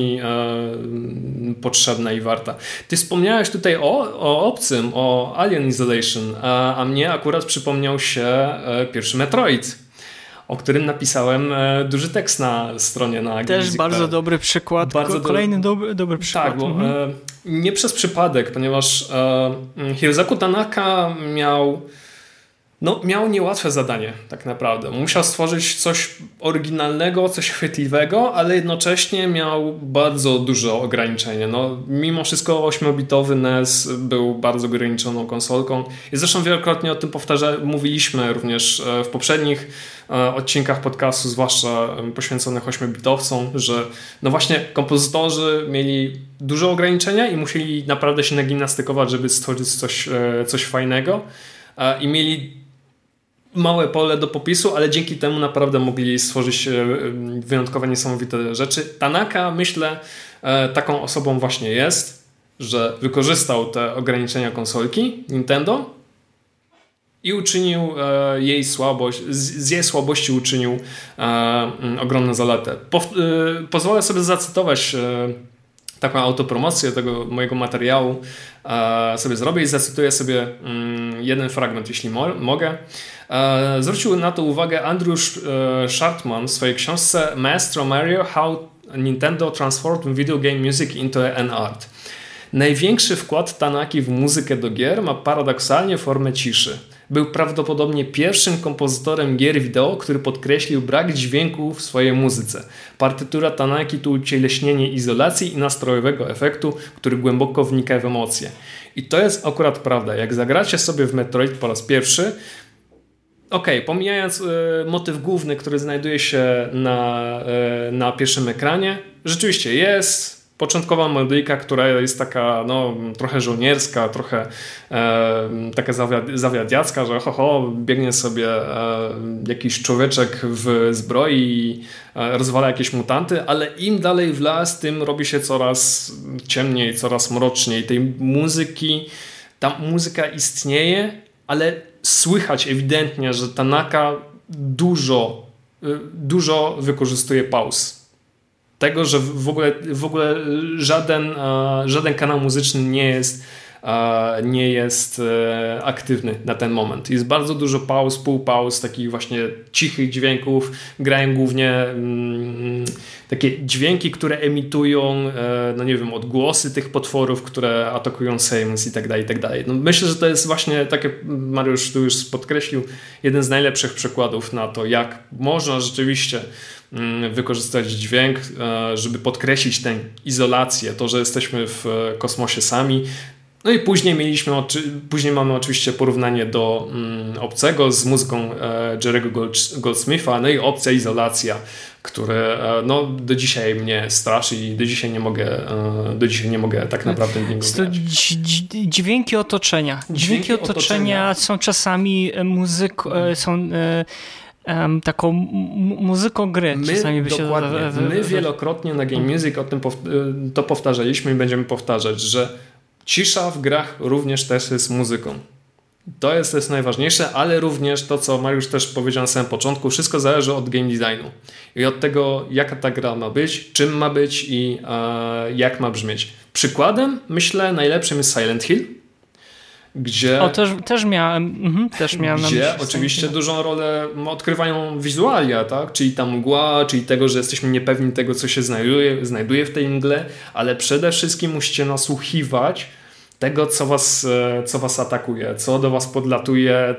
potrzebna i warta. Ty wspomniałeś tutaj o obcym, o Alien Isolation, a mnie akurat przypomniał się pierwszy Metroid, o którym napisałem duży tekst na stronie na Też bardzo dobry przykład. Kolejny dobry przykład. Tak, bo nie przez przypadek, ponieważ Hirozaku Tanaka miał niełatwe zadanie tak naprawdę. Musiał stworzyć coś oryginalnego, coś chwytliwego, ale jednocześnie miał bardzo dużo ograniczenia. No, mimo wszystko 8-bitowy NES był bardzo ograniczoną konsolką i zresztą wielokrotnie o tym mówiliśmy również w poprzednich odcinkach podcastu, zwłaszcza poświęconych 8-bitowcom, że no właśnie kompozytorzy mieli dużo ograniczenia i musieli naprawdę się nagimnastykować, żeby stworzyć coś fajnego i mieli małe pole do popisu, ale dzięki temu naprawdę mogli stworzyć wyjątkowe, niesamowite rzeczy. Tanaka, myślę, taką osobą właśnie jest, że wykorzystał te ograniczenia konsolki Nintendo i uczynił z jej słabości uczynił ogromną zaletę. Pozwolę sobie zacytować taką autopromocję tego mojego materiału sobie zrobię i zacytuję sobie jeden fragment, jeśli mogę. Zwrócił na to uwagę Andrew Schartman w swojej książce Maestro Mario: How Nintendo Transformed Video Game Music into an Art. Największy wkład Tanaki w muzykę do gier ma paradoksalnie formę ciszy. Był prawdopodobnie pierwszym kompozytorem gier wideo, który podkreślił brak dźwięku w swojej muzyce. Partytura Tanaki to ucieleśnienie izolacji i nastrojowego efektu, który głęboko wnika w emocje. I to jest akurat prawda. Jak zagracie sobie w Metroid po raz pierwszy, pomijając motyw główny, który znajduje się na pierwszym ekranie, rzeczywiście jest początkowa melodyjka, która jest taka trochę żołnierska, trochę taka zawiadiacka, że biegnie sobie jakiś człowieczek w zbroi i rozwala jakieś mutanty, ale im dalej w las, tym robi się coraz ciemniej, coraz mroczniej. Ta muzyka istnieje, ale słychać ewidentnie, że Tanaka dużo wykorzystuje pauz. Tego, że w ogóle żaden kanał muzyczny nie jest aktywny na ten moment. Jest bardzo dużo pauz, półpauz, takich właśnie cichych dźwięków. Grają głównie takie dźwięki, które emitują odgłosy tych potworów, które atakują Samus i tak dalej. No, myślę, że to jest właśnie, tak jak Mariusz tu już podkreślił, jeden z najlepszych przykładów na to, jak można rzeczywiście wykorzystać dźwięk, żeby podkreślić tę izolację, to, że jesteśmy w kosmosie sami. No i później mamy oczywiście porównanie do Obcego z muzyką Jerry'ego Goldsmitha, no i Obca, izolacja, które do dzisiaj mnie straszy i do dzisiaj nie mogę tak naprawdę w niego grać. Dźwięki otoczenia. Dźwięki otoczenia są czasami taką muzyką gry. My wielokrotnie na Game Music o tym to powtarzaliśmy i będziemy powtarzać, że cisza w grach również też jest muzyką. To jest najważniejsze, ale również to, co Mariusz też powiedział na samym początku, wszystko zależy od game designu i od tego, jaka ta gra ma być, czym ma być i jak ma brzmieć. Przykładem, myślę, najlepszym jest Silent Hill, gdzie... też miałem na myśli. Gdzie oczywiście dużą rolę odgrywają wizualia, tak? Czyli ta mgła, czyli tego, że jesteśmy niepewni tego, co się znajduje w tej mgle, ale przede wszystkim musicie nasłuchiwać tego, co was atakuje, co do was podlatuje,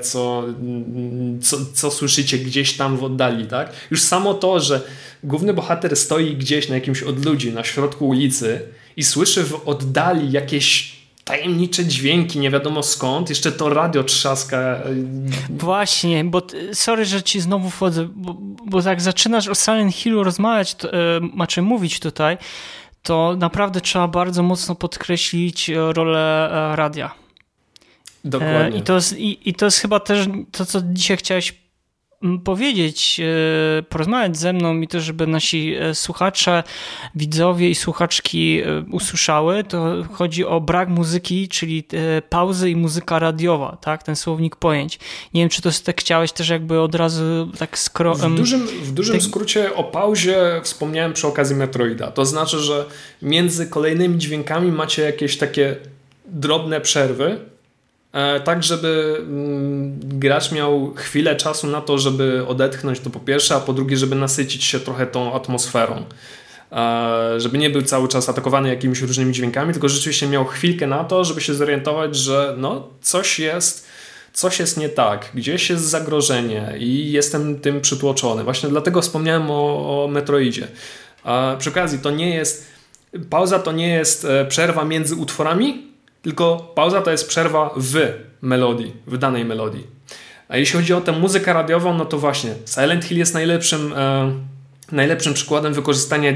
co słyszycie gdzieś tam w oddali, tak? Już samo to, że główny bohater stoi gdzieś na jakimś odludziu, na środku ulicy i słyszy w oddali jakieś tajemnicze dźwięki, nie wiadomo skąd, jeszcze to radio trzaska. Właśnie, bo sorry, że ci znowu wchodzę, bo jak zaczynasz o Silent Hillu rozmawiać, mówić tutaj, to naprawdę trzeba bardzo mocno podkreślić rolę radia. Dokładnie. I to jest chyba też to, co dzisiaj chciałeś powiedzieć, porozmawiać ze mną i też, żeby nasi słuchacze, widzowie i słuchaczki usłyszały, to chodzi o brak muzyki, czyli pauzy i muzyka radiowa, tak? Ten słownik pojęć. Nie wiem, czy to tak chciałeś też jakby od razu tak W dużym skrócie o pauzie wspomniałem przy okazji Metroida. To znaczy, że między kolejnymi dźwiękami macie jakieś takie drobne przerwy, tak, żeby gracz miał chwilę czasu na to, żeby odetchnąć, to po pierwsze, a po drugie, żeby nasycić się trochę tą atmosferą. Żeby nie był cały czas atakowany jakimiś różnymi dźwiękami, tylko rzeczywiście miał chwilkę na to, żeby się zorientować, że no, coś jest nie tak, gdzieś jest zagrożenie i jestem tym przytłoczony. Właśnie dlatego wspomniałem o Metroidzie. Przy okazji, pauza to nie jest przerwa między utworami, tylko pauza to jest przerwa w melodii, w danej melodii. A jeśli chodzi o tę muzykę radiową, no to właśnie Silent Hill jest najlepszym przykładem wykorzystania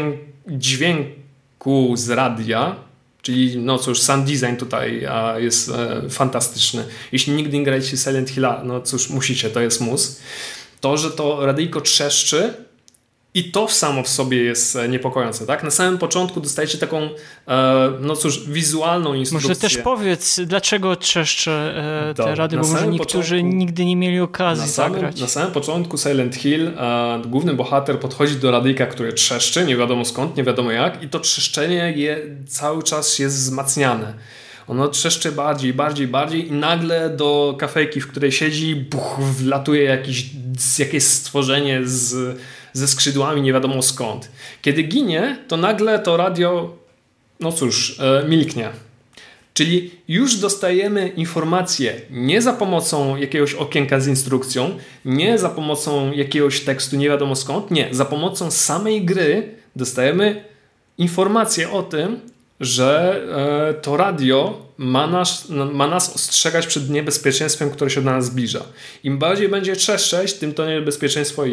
dźwięku z radia, czyli no cóż, sound design tutaj jest fantastyczny. Jeśli nigdy nie graliście Silent Hilla, no cóż, musicie, to jest mus. To, że to radyjko trzeszczy, i to samo w sobie jest niepokojące, tak? Na samym początku dostajecie taką, no cóż, wizualną instrukcję. Może też powiedz, dlaczego trzeszcze te rady, bo może niektórzy nigdy nie mieli okazji zagrać. Na samym początku Silent Hill główny bohater podchodzi do radyjka, które trzeszczy, nie wiadomo skąd, nie wiadomo jak, i to trzeszczenie cały czas jest wzmacniane. Ono trzeszczy bardziej i nagle do kafejki, w której siedzi, wlatuje jakieś stworzenie ze skrzydłami, nie wiadomo skąd. Kiedy ginie, to nagle to radio, no cóż, milknie. Czyli już dostajemy informacje nie za pomocą jakiegoś okienka z instrukcją, nie za pomocą jakiegoś tekstu, nie wiadomo skąd, nie, za pomocą samej gry dostajemy informację o tym, że to radio ma nas ostrzegać przed niebezpieczeństwem, które się do nas zbliża. Im bardziej będzie trzeszczeć, tym to niebezpieczeństwo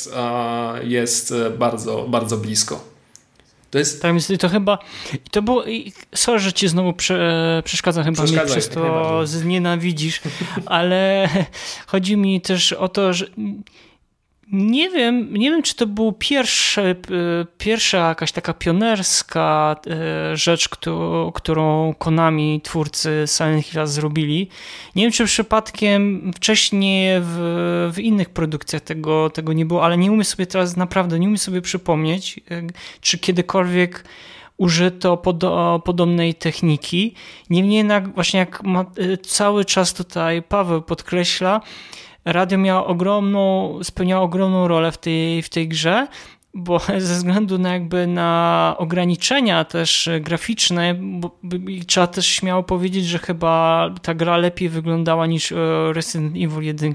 jest bardzo, bardzo blisko. To chyba... To było... Sorry, że ci znowu przeszkadzam, chyba mnie przez to znienawidzisz, ale chodzi mi też o to, że nie wiem, czy to był pierwsza jakaś taka pionerska rzecz, którą Konami, twórcy Silent Hilla, zrobili. Nie wiem, czy przypadkiem wcześniej w innych produkcjach tego nie było, ale nie umiem sobie teraz naprawdę, nie umiem sobie przypomnieć, czy kiedykolwiek użyto podobnej techniki. Niemniej jednak, właśnie jak cały czas tutaj Paweł podkreśla, radio spełniało ogromną rolę w tej grze, bo ze względu na ograniczenia też graficzne, bo trzeba też śmiało powiedzieć, że chyba ta gra lepiej wyglądała niż Resident Evil 1.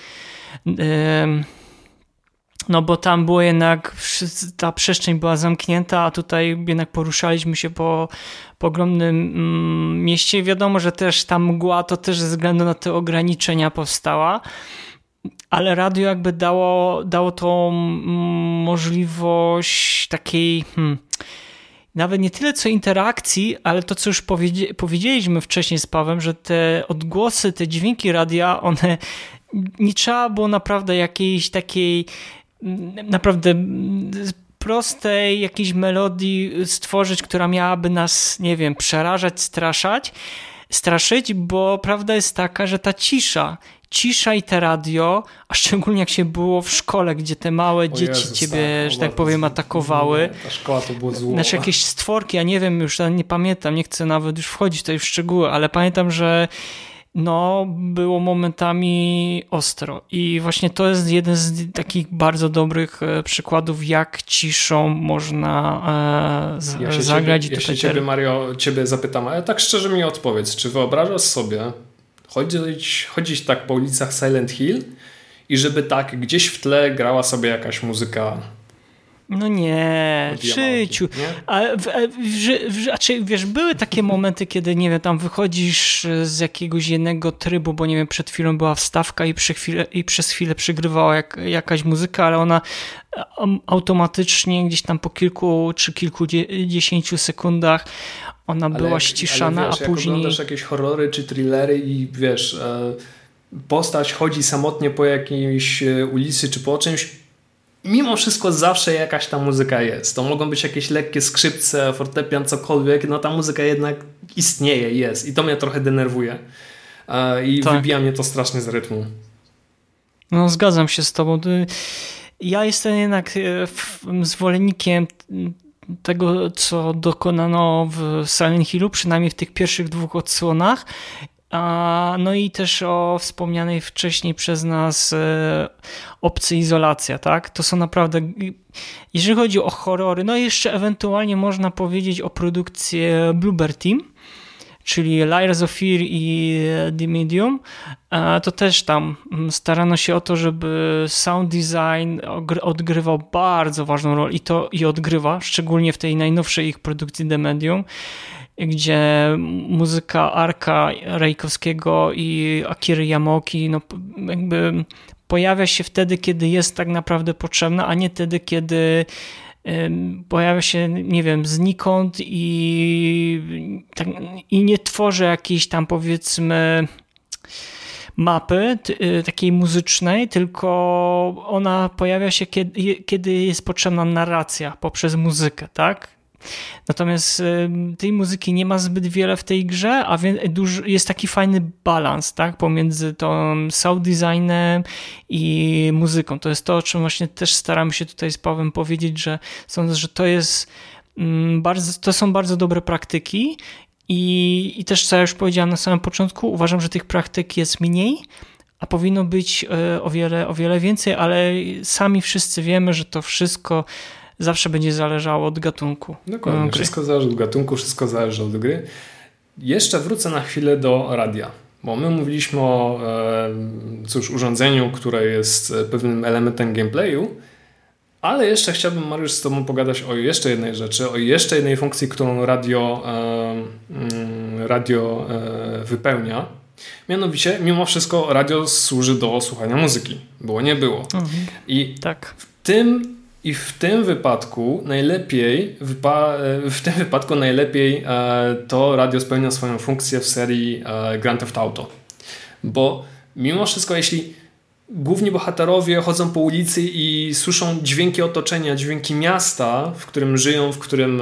No bo tam było jednak, ta przestrzeń była zamknięta, a tutaj jednak poruszaliśmy się po ogromnym mieście. Wiadomo, że też ta mgła to też ze względu na te ograniczenia powstała, ale radio jakby dało tą możliwość takiej nawet nie tyle co interakcji, ale to, co już powiedzieliśmy wcześniej z Pawłem, że te odgłosy, te dźwięki radia, one nie trzeba było naprawdę jakiejś takiej naprawdę prostej jakiejś melodii stworzyć, która miałaby nas, nie wiem, przerażać, straszać. straszyć, bo prawda jest taka, że ta cisza i te radio, a szczególnie jak się było w szkole, gdzie te małe dzieci ciebie, że tak powiem, atakowały. Ta szkoła to było zło. Znaczy jakieś stworki, ja nie wiem, już nie pamiętam, nie chcę nawet już wchodzić tutaj w szczegóły, ale pamiętam, że było momentami ostro i właśnie to jest jeden z takich bardzo dobrych przykładów, jak ciszą można zagrać. Ciebie, Mario, ciebie zapytam, ale tak szczerze mi odpowiedz, czy wyobrażasz sobie chodzić tak po ulicach Silent Hill i żeby tak gdzieś w tle grała sobie jakaś muzyka? No nie, w życiu. Wiesz, były takie momenty, kiedy, nie wiem, tam wychodzisz z jakiegoś jednego trybu, bo nie wiem, przed chwilą była wstawka i przez chwilę przygrywała jakaś muzyka, ale ona automatycznie gdzieś tam po kilku czy kilkudziesięciu sekundach ona była ściszana, ale wiesz, a później... Jak oglądasz jakieś horrory czy thrillery i wiesz, postać chodzi samotnie po jakiejś ulicy czy po czymś, mimo wszystko zawsze jakaś ta muzyka jest. To mogą być jakieś lekkie skrzypce, fortepian, cokolwiek, no ta muzyka jednak istnieje, jest i to mnie trochę denerwuje i wybija mnie to strasznie z rytmu. No zgadzam się z tobą. Ja jestem jednak zwolennikiem tego, co dokonano w Silent Hillu, przynajmniej w tych pierwszych 2 odsłonach. No i też o wspomnianej wcześniej przez nas Obcy Izolacja, tak? To są naprawdę, jeżeli chodzi o horrory, no jeszcze ewentualnie można powiedzieć o produkcję Bloober Team, czyli Layers of Fear i The Medium, to też tam starano się o to, żeby sound design odgrywał bardzo ważną rolę i odgrywa, szczególnie w tej najnowszej ich produkcji The Medium, gdzie muzyka Arka Rejkowskiego i Akiry Yamaoki jakby pojawia się wtedy, kiedy jest tak naprawdę potrzebna, a nie wtedy, kiedy pojawia się, nie wiem, znikąd i nie tworzy jakiejś tam, powiedzmy, mapy takiej muzycznej, tylko ona pojawia się, kiedy jest potrzebna narracja poprzez muzykę, tak? Natomiast tej muzyki nie ma zbyt wiele w tej grze, a jest taki fajny balans, tak, pomiędzy tą sound designem i muzyką. To jest to, o czym właśnie też staramy się tutaj z Pawłem powiedzieć, że sądzę, że to są bardzo dobre praktyki i też, co ja już powiedziałem na samym początku, uważam, że tych praktyk jest mniej, a powinno być o wiele więcej, ale sami wszyscy wiemy, że to wszystko zawsze będzie zależało od gatunku. Dokładnie, gry. Wszystko zależy od gatunku, wszystko zależy od gry. Jeszcze wrócę na chwilę do radia, bo my mówiliśmy o urządzeniu, które jest pewnym elementem gameplayu, ale jeszcze chciałbym, Mariusz, z tobą pogadać o jeszcze jednej rzeczy, o jeszcze jednej funkcji, którą radio wypełnia. Mianowicie, mimo wszystko radio służy do słuchania muzyki. Było, nie było. Mhm. I tak. w tym wypadku najlepiej to radio spełnia swoją funkcję w serii Grand Theft Auto. Bo mimo wszystko, jeśli główni bohaterowie chodzą po ulicy i słyszą dźwięki otoczenia, dźwięki miasta, w którym żyją, w którym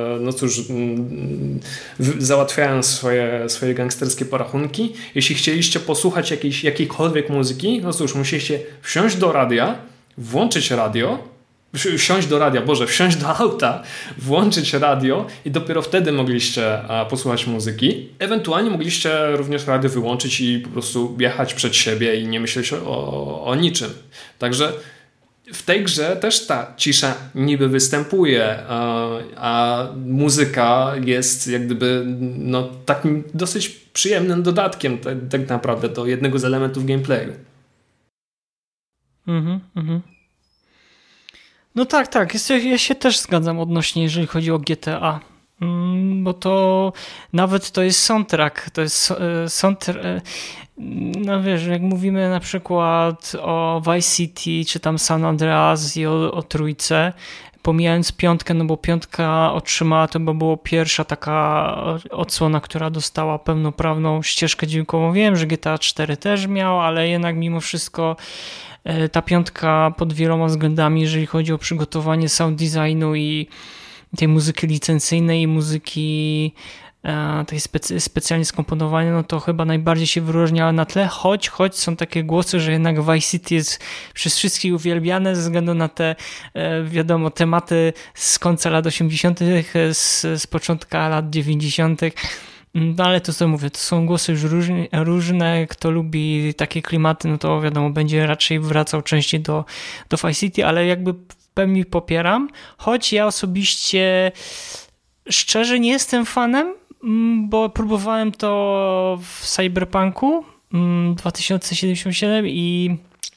załatwiają swoje gangsterskie porachunki, jeśli chcieliście posłuchać jakiejkolwiek muzyki, no cóż, musieliście wsiąść do radia, włączyć radio, wsiąść do auta, włączyć radio i dopiero wtedy mogliście posłuchać muzyki. Ewentualnie mogliście również radio wyłączyć i po prostu jechać przed siebie i nie myśleć o niczym. Także w tej grze też ta cisza niby występuje, a muzyka jest jak gdyby takim dosyć przyjemnym dodatkiem tak naprawdę do jednego z elementów gameplayu. No tak. Ja się też zgadzam odnośnie, jeżeli chodzi o GTA. Bo to nawet to jest soundtrack. To jest soundtrack. No wiesz, jak mówimy na przykład o Vice City, czy tam San Andreas i o trójce, pomijając 5, no bo 5 otrzymała, to była pierwsza taka odsłona, która dostała pełnoprawną ścieżkę dźwiękową. Wiem, że GTA 4 też miał, ale jednak mimo wszystko ta 5 pod wieloma względami, jeżeli chodzi o przygotowanie sound designu i tej muzyki licencyjnej i muzyki tej specjalnie skomponowane, no to chyba najbardziej się wyróżnia na tle, choć są takie głosy, że jednak Vice City jest przez wszystkich uwielbiane ze względu na te, wiadomo, tematy z końca lat 80., z początka lat 90., no ale to co mówię, to są głosy już różne, kto lubi takie klimaty, no to wiadomo, będzie raczej wracał częściej do Vice City, ale jakby w pełni popieram, choć ja osobiście szczerze nie jestem fanem, bo próbowałem to w Cyberpunku 2077 i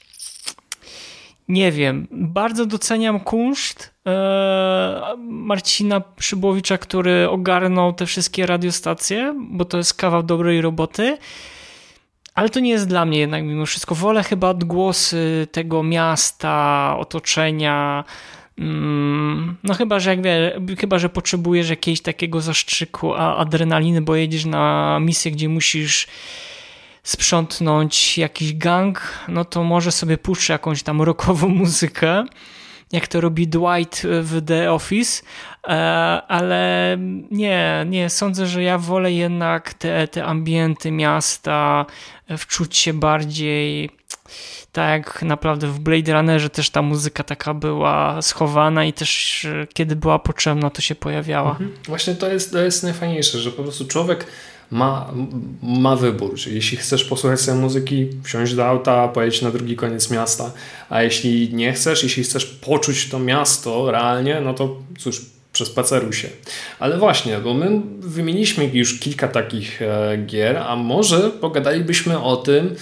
nie wiem, bardzo doceniam kunszt Marcina Przybłowicza, który ogarnął te wszystkie radiostacje, bo to jest kawał dobrej roboty, ale to nie jest dla mnie jednak mimo wszystko. Wolę chyba odgłosy tego miasta, otoczenia. No chyba, że potrzebujesz jakiegoś takiego zastrzyku adrenaliny, bo jedziesz na misję, gdzie musisz sprzątnąć jakiś gang, no to może sobie puszczę jakąś tam rockową muzykę, jak to robi Dwight w The Office, ale nie, sądzę, że ja wolę jednak te ambienty miasta, wczuć się bardziej, tak jak naprawdę w Blade Runnerze też ta muzyka taka była schowana i też kiedy była potrzebna, to się pojawiała. Właśnie to jest najfajniejsze, że po prostu człowiek ma wybór, czyli jeśli chcesz posłuchać sobie muzyki, wsiąść do auta, pojedź na drugi koniec miasta, a jeśli nie chcesz, jeśli chcesz poczuć to miasto realnie, no to cóż, przespaceruj się. Ale właśnie, bo my wymieniliśmy już kilka takich gier, a może pogadalibyśmy o tym,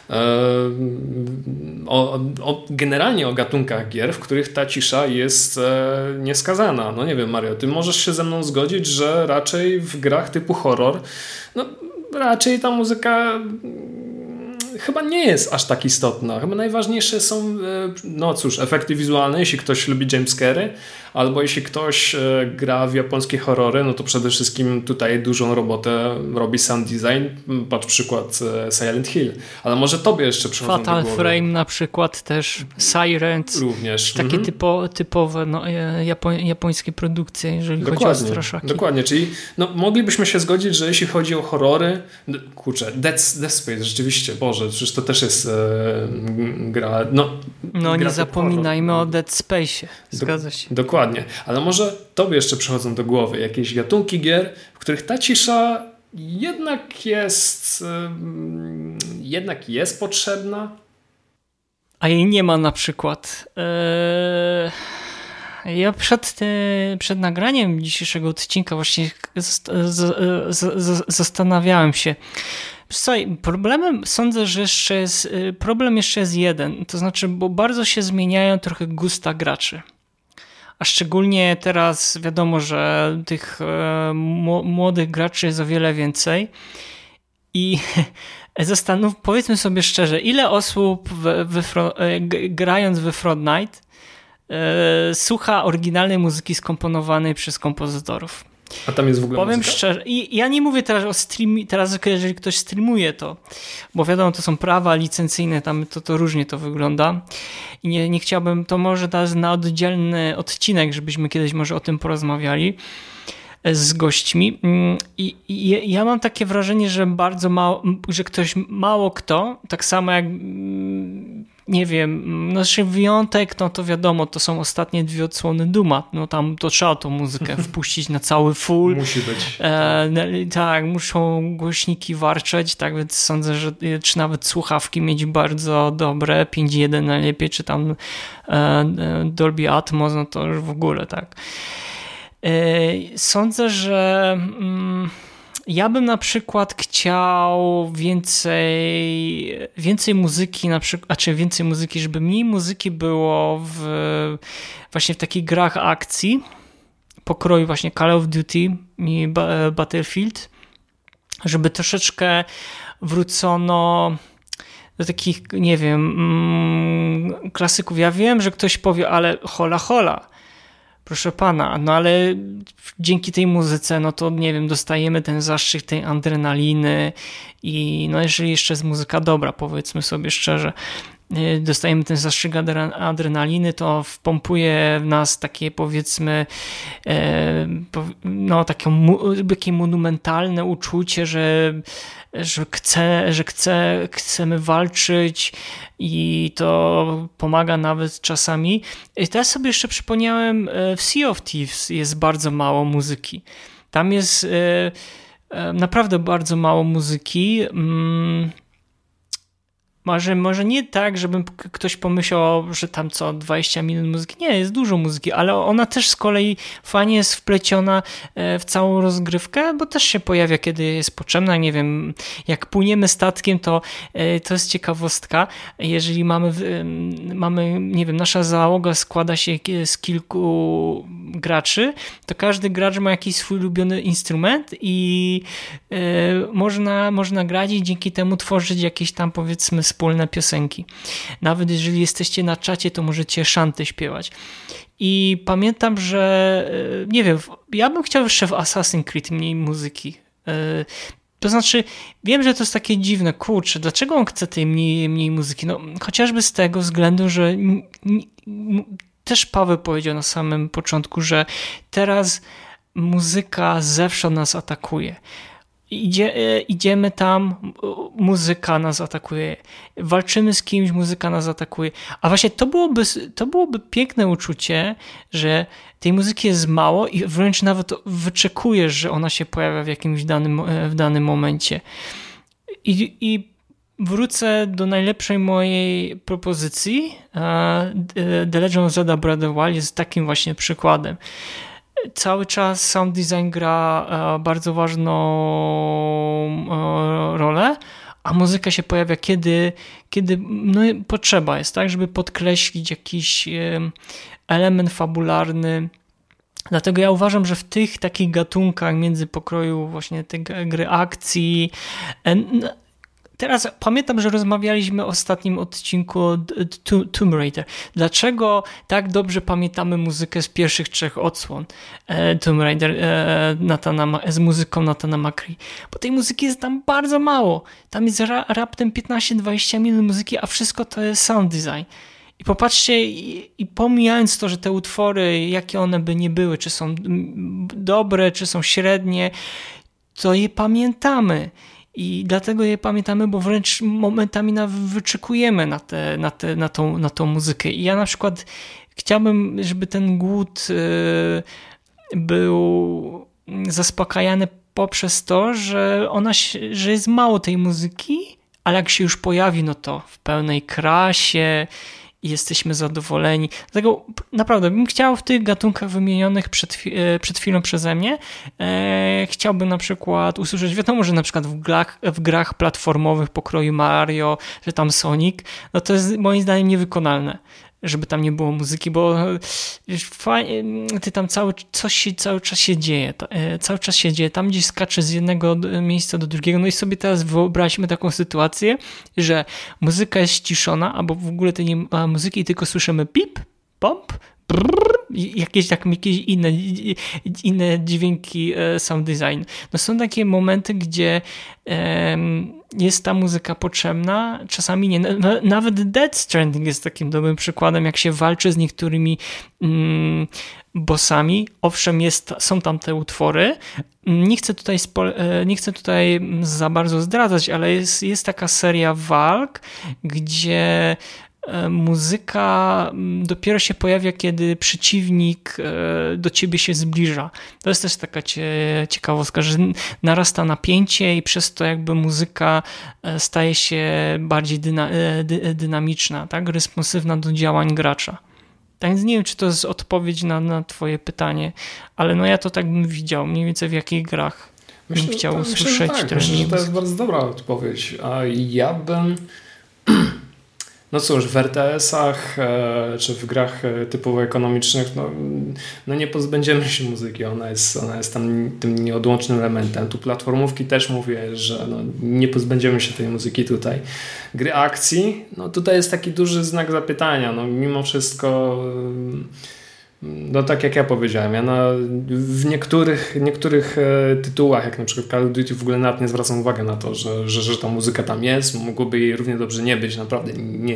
generalnie o gatunkach gier, w których ta cisza jest nieskazana. No nie wiem, Mario, ty możesz się ze mną zgodzić, że raczej w grach typu horror, no raczej ta muzyka chyba nie jest aż tak istotna. Chyba najważniejsze są, no cóż, efekty wizualne, jeśli ktoś lubi jumpscary, albo jeśli ktoś gra w japońskie horrory, no to przede wszystkim tutaj dużą robotę robi sound design. Patrz przykład Silent Hill. Ale może tobie jeszcze przychodzą Fatal do głowy. Frame na przykład też, Sirens. Również. Takie typowe no, japońskie produkcje, jeżeli chodzi o straszaki. Dokładnie, czyli no, moglibyśmy się zgodzić, że jeśli chodzi o horrory, kurczę, Dead Space, rzeczywiście, Boże, przecież to też jest gra. No nie zapominajmy o Dead Space. Zgadza się. Dokładnie. Ale może tobie jeszcze przychodzą do głowy jakieś gatunki gier, w których ta cisza jednak jest potrzebna? A jej nie ma na przykład. Ja przed nagraniem dzisiejszego odcinka właśnie zastanawiałem się. Słuchaj, sądzę, że problem jeszcze jest jeden. To znaczy, bo bardzo się zmieniają trochę gusta graczy. A szczególnie teraz wiadomo, że tych młodych graczy jest o wiele więcej. I powiedzmy sobie szczerze, ile osób grając we Fortnite słucha oryginalnej muzyki skomponowanej przez kompozytorów. A tam jest w ogóle Powiem muzyka? szczerze, i ja nie mówię teraz o streamie, teraz jeżeli ktoś streamuje to, bo wiadomo, to są prawa licencyjne, tam to różnie to wygląda i nie chciałbym, to może teraz na oddzielny odcinek, żebyśmy kiedyś może o tym porozmawiali z gośćmi i ja mam takie wrażenie, że bardzo mało, że mało kto, tak samo jak nie wiem, znaczy wyjątek, no to wiadomo, to są ostatnie 2 odsłony Duma, no tam to trzeba tą muzykę wpuścić na cały full. Musi być. Tak, muszą głośniki warczeć, tak więc sądzę, że czy nawet słuchawki mieć bardzo dobre, 5.1 najlepiej, czy tam Dolby Atmos, no to już w ogóle tak. Sądzę, że ja bym na przykład chciał więcej muzyki, więcej muzyki, żeby mniej muzyki było właśnie w takich grach akcji, pokroju właśnie Call of Duty i Battlefield, żeby troszeczkę wrócono do takich, nie wiem, klasyków. Ja wiem, że ktoś powie, ale hola. Proszę pana, no ale dzięki tej muzyce, no to nie wiem, dostajemy ten zastrzyk tej adrenaliny i no jeżeli jeszcze jest muzyka dobra, powiedzmy sobie szczerze, dostajemy ten zastrzyk adrenaliny, to wpompuje w nas takie, powiedzmy, no takie monumentalne uczucie, że chcemy walczyć i to pomaga nawet czasami. I teraz sobie jeszcze przypomniałem, w Sea of Thieves jest bardzo mało muzyki. Tam jest naprawdę bardzo mało muzyki. Może nie tak, żeby ktoś pomyślał, że tam 20 minut muzyki. Nie, jest dużo muzyki, ale ona też z kolei fajnie jest wpleciona w całą rozgrywkę, bo też się pojawia, kiedy jest potrzebna. Nie wiem, jak płyniemy statkiem, to jest ciekawostka. Jeżeli mamy, nie wiem, nasza załoga składa się z kilku graczy, to każdy gracz ma jakiś swój ulubiony instrument i można grać i dzięki temu tworzyć jakieś tam, powiedzmy, wspólne piosenki. Nawet jeżeli jesteście na czacie, to możecie szanty śpiewać. I pamiętam, że nie wiem, ja bym chciał jeszcze w Assassin's Creed mniej muzyki. To znaczy, wiem, że to jest takie dziwne, kurczę, dlaczego on chce tej mniej muzyki? No, chociażby z tego względu, że też Paweł powiedział na samym początku, że teraz muzyka zewsząd nas atakuje. Idziemy tam, muzyka nas atakuje, walczymy z kimś, muzyka nas atakuje, a właśnie to byłoby piękne uczucie, że tej muzyki jest mało i wręcz nawet wyczekujesz, że ona się pojawia w jakimś danym momencie. I wrócę do najlepszej mojej propozycji. The Legend of Zelda Breath of the Wild jest takim właśnie przykładem. Cały czas sound design gra bardzo ważną rolę, a muzyka się pojawia kiedy no, potrzeba jest, tak, żeby podkreślić jakiś element fabularny. Dlatego ja uważam, że w tych takich gatunkach między pokroju właśnie tej gry akcji. Teraz pamiętam, że rozmawialiśmy w ostatnim odcinku o Tomb Raider. Dlaczego tak dobrze pamiętamy muzykę z pierwszych 3 odsłon Tomb Raider z muzyką Nathana McCree? Bo tej muzyki jest tam bardzo mało. Tam jest raptem 15-20 minut muzyki, a wszystko to jest sound design. I popatrzcie, i pomijając to, że te utwory, jakie one by nie były, czy są dobre, czy są średnie, to je pamiętamy. I dlatego je pamiętamy, bo wręcz momentami wyczekujemy na tą muzykę. I ja na przykład chciałbym, żeby ten głód był zaspokajany poprzez to, że jest mało tej muzyki, ale jak się już pojawi, no to w pełnej krasie i jesteśmy zadowoleni. Dlatego naprawdę bym chciał w tych gatunkach wymienionych przed chwilą przeze mnie, chciałbym na przykład usłyszeć, wiadomo, że na przykład w grach platformowych pokroju Mario, że tam Sonic, no to jest moim zdaniem niewykonalne, żeby tam nie było muzyki, bo wiesz, ty tam cały czas się dzieje. Cały czas się dzieje. Tam gdzieś skacze z jednego miejsca do drugiego. No i sobie teraz wyobraźmy taką sytuację, że muzyka jest ściszona, albo w ogóle tej nie ma muzyki i tylko słyszymy pip, pomp, brrr, jakieś inne dźwięki sound design. No są takie momenty, gdzie jest ta muzyka potrzebna, czasami nie. Nawet Death Stranding jest takim dobrym przykładem, jak się walczy z niektórymi bossami. Owszem, są tam te utwory. Nie chcę tutaj za bardzo zdradzać, ale jest taka seria walk, gdzie muzyka dopiero się pojawia, kiedy przeciwnik do ciebie się zbliża. To jest też taka ciekawostka, że narasta napięcie i przez to jakby muzyka staje się bardziej dynamiczna, tak? Responsywna do działań gracza. Tak więc nie wiem, czy to jest odpowiedź na twoje pytanie, ale no ja to tak bym widział, mniej więcej w jakich grach bym chciał usłyszeć. Myślę, że to jest bardzo dobra odpowiedź. A ja bym... No cóż, w RTS-ach czy w grach typowo ekonomicznych no nie pozbędziemy się muzyki, ona jest tam tym nieodłącznym elementem. Tu platformówki też mówię, że nie pozbędziemy się tej muzyki tutaj. Gry akcji, no tutaj jest taki duży znak zapytania. No mimo wszystko no tak jak ja powiedziałem, w niektórych tytułach, jak na przykład Call of Duty, w ogóle nawet nie zwracam uwagi na to, że ta muzyka tam jest, mogłoby jej równie dobrze nie być, naprawdę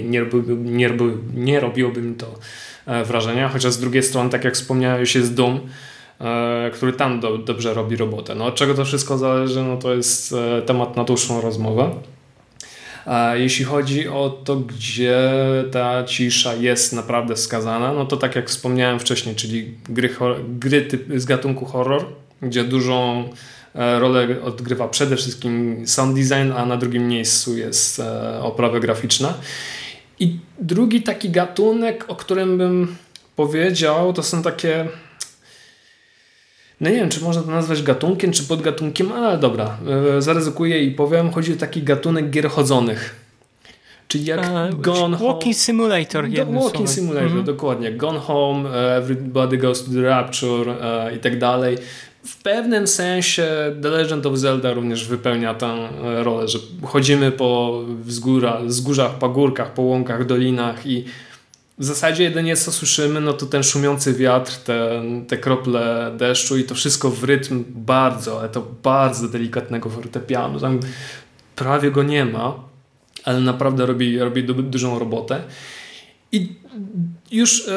nie robiłoby mi to wrażenia, chociaż z drugiej strony, tak jak wspomniałeś, jest Doom, który tam dobrze robi robotę. No, od czego to wszystko zależy, no to jest temat na dłuższą rozmowę. A jeśli chodzi o to, gdzie ta cisza jest naprawdę wskazana, no to tak jak wspomniałem wcześniej, czyli gry z gatunku horror, gdzie dużą rolę odgrywa przede wszystkim sound design, a na drugim miejscu jest oprawa graficzna. I drugi taki gatunek, o którym bym powiedział, to są takie... No nie wiem, czy można to nazwać gatunkiem, czy podgatunkiem, ale dobra, zaryzykuję i powiem, chodzi o taki gatunek gier chodzonych. Czyli jak Gone Home... Walking Simulator. Walking Simulator, dokładnie. Gone Home, Everybody Goes to the Rapture i tak dalej. W pewnym sensie The Legend of Zelda również wypełnia tę rolę, że chodzimy po wzgórzach, pagórkach, po łąkach, dolinach i w zasadzie jedynie co słyszymy, no to ten szumiący wiatr, te krople deszczu i to wszystko w rytm bardzo, ale to bardzo delikatnego fortepianu. Tam prawie go nie ma, ale naprawdę robi dużą robotę. I już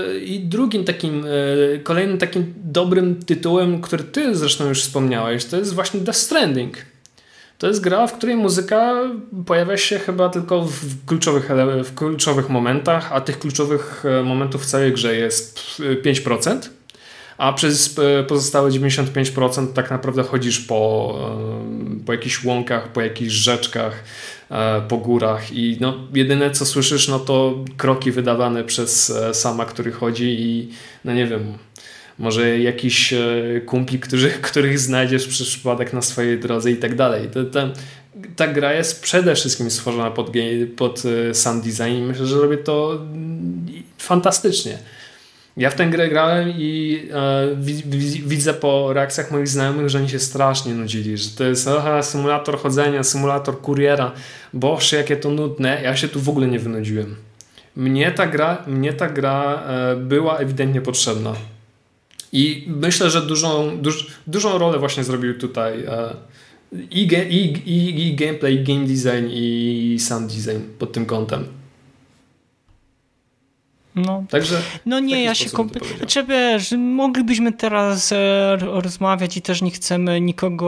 kolejnym takim dobrym tytułem, który ty zresztą już wspomniałeś, to jest właśnie Death Stranding. To jest gra, w której muzyka pojawia się chyba tylko w kluczowych momentach, a tych kluczowych momentów w całej grze jest 5%, a przez pozostałe 95% tak naprawdę chodzisz po jakichś łąkach, po jakichś rzeczkach, po górach i no, jedyne co słyszysz, no to kroki wydawane przez sama, który chodzi i no nie wiem, może jakiś kumpli, których znajdziesz przez przypadek na swojej drodze i tak dalej. Ta gra jest przede wszystkim stworzona pod sound design i myślę, że robię to fantastycznie. Ja w tę grę grałem i widzę po reakcjach moich znajomych, że oni się strasznie nudzili, że to jest symulator chodzenia, symulator kuriera. Boże, jakie to nudne. Ja się tu w ogóle nie wynudziłem. Mnie ta gra była ewidentnie potrzebna. I myślę, że dużą rolę właśnie zrobił tutaj i gameplay, i game design, i sound design pod tym kątem. No. Także no nie, ja się znaczy, wiesz, moglibyśmy teraz rozmawiać i też nie chcemy nikogo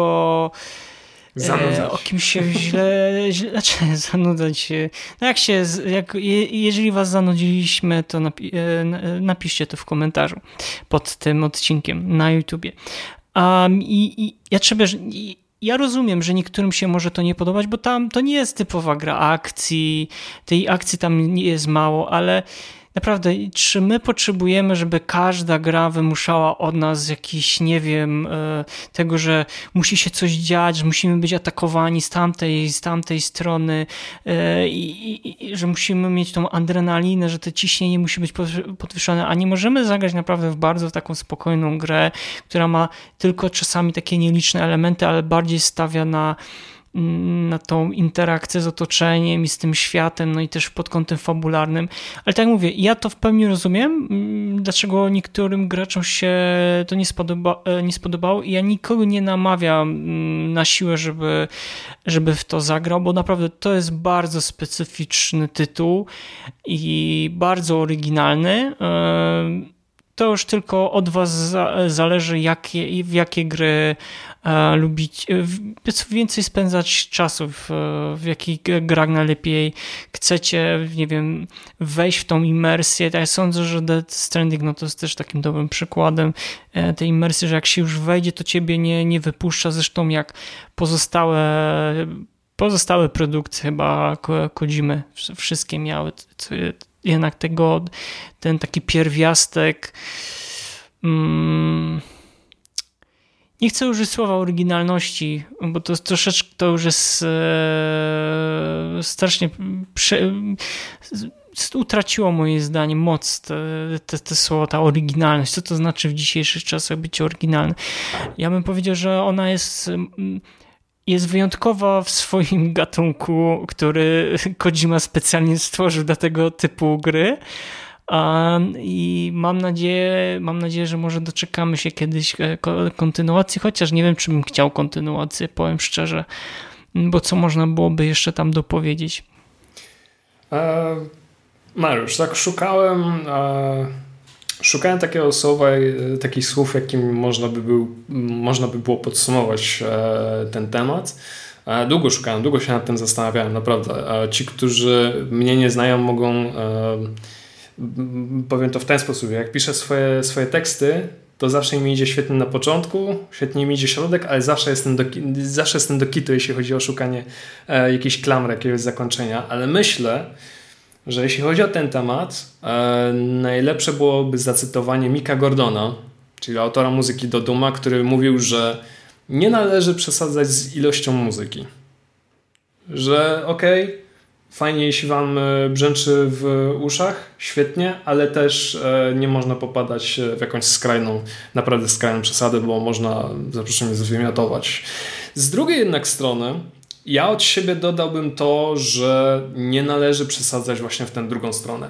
o kimś się znaczy zanudzać. No jeżeli was zanudziliśmy, to napiszcie to w komentarzu pod tym odcinkiem na YouTubie. Ja rozumiem, że niektórym się może to nie podobać, bo tam to nie jest typowa gra akcji, tej akcji tam nie jest mało, ale naprawdę, czy my potrzebujemy, żeby każda gra wymuszała od nas jakiś, nie wiem, tego, że musi się coś dziać, że musimy być atakowani z tamtej strony i że musimy mieć tą adrenalinę, że to ciśnienie musi być podwyższone, a nie możemy zagrać naprawdę w bardzo taką spokojną grę, która ma tylko czasami takie nieliczne elementy, ale bardziej stawia na tą interakcję z otoczeniem i z tym światem, no i też pod kątem fabularnym. Ale tak jak mówię, ja to w pełni rozumiem, dlaczego niektórym graczom się to nie spodobało i ja nikogo nie namawiam na siłę, żeby w to zagrał, bo naprawdę to jest bardzo specyficzny tytuł i bardzo oryginalny. To już tylko od was zależy, w jakie gry lubić, co więcej spędzać czasu, w jakich grach najlepiej chcecie, nie wiem, wejść w tą imersję. Ja sądzę, że Death Stranding no to jest też takim dobrym przykładem tej imersji, że jak się już wejdzie, to ciebie nie wypuszcza, zresztą jak pozostałe produkcje chyba Kojimy wszystkie miały jednak ten taki pierwiastek nie chcę użyć słowa oryginalności, bo to troszeczkę to już jest strasznie utraciło moje zdaniem moc te słowa, ta oryginalność. Co to znaczy w dzisiejszych czasach być oryginalny? Ja bym powiedział, że ona jest wyjątkowa w swoim gatunku, który Kojima specjalnie stworzył dla tego typu gry, I mam nadzieję, że może doczekamy się kiedyś kontynuacji, chociaż nie wiem, czy bym chciał kontynuację, powiem szczerze, bo co można byłoby jeszcze tam dopowiedzieć. Mariusz, tak szukałem takiego słowa, takich słów, jakim można by było podsumować ten temat. Długo się nad tym zastanawiałem, naprawdę. Ci, którzy mnie nie znają, mogą, powiem to w ten sposób, jak piszę swoje teksty, to zawsze mi idzie świetnie na początku, świetnie mi idzie środek, ale zawsze jestem do kitu, jeśli chodzi o szukanie jakiejś klamry, jakiegoś zakończenia, ale myślę, że jeśli chodzi o ten temat, najlepsze byłoby zacytowanie Micka Gordona, czyli autora muzyki do Dooma, który mówił, że nie należy przesadzać z ilością muzyki. Że fajnie, jeśli wam brzęczy w uszach, świetnie, ale też nie można popadać w jakąś naprawdę skrajną przesadę, bo można, zapraszam, zwymiotować. Z drugiej jednak strony, ja od siebie dodałbym to, że nie należy przesadzać właśnie w tę drugą stronę.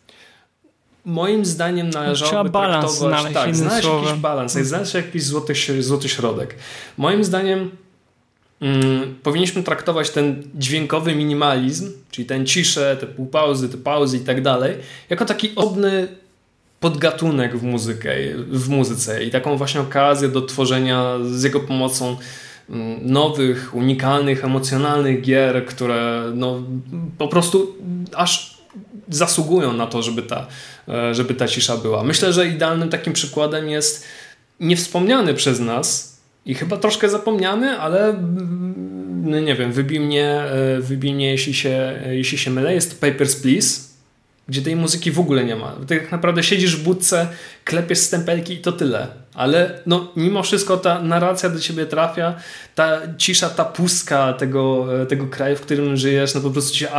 Moim zdaniem należałoby balans traktować... znaleźć jakiś balans, znaleźć jakiś złoty środek. Moim zdaniem powinniśmy traktować ten dźwiękowy minimalizm, czyli ten ciszę, te półpauzy, te pauzy i tak dalej, jako taki osobny podgatunek w muzyce i taką właśnie okazję do tworzenia z jego pomocą nowych, unikalnych, emocjonalnych gier, które po prostu aż zasługują na to, żeby ta cisza była. Myślę, że idealnym takim przykładem jest niewspomniany przez nas i chyba troszkę zapomniany, ale nie wiem, wybij mnie jeśli się mylę, jest to Papers, Please, gdzie tej muzyki w ogóle nie ma. Ty tak naprawdę siedzisz w budce, klepiesz stempelki i to tyle. Ale mimo wszystko ta narracja do ciebie trafia, ta cisza, ta pustka tego kraju, w którym żyjesz, po prostu cię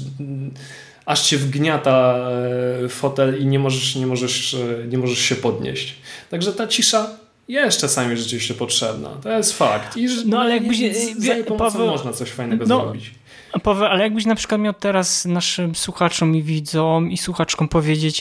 aż cię wgniata fotel i nie możesz się podnieść. Także ta cisza jest czasami rzeczywiście potrzebna. To jest fakt. I ale jakbyś za jej pomocą można coś fajnego zrobić. Paweł, ale jakbyś na przykład miał teraz naszym słuchaczom i widzom i słuchaczkom powiedzieć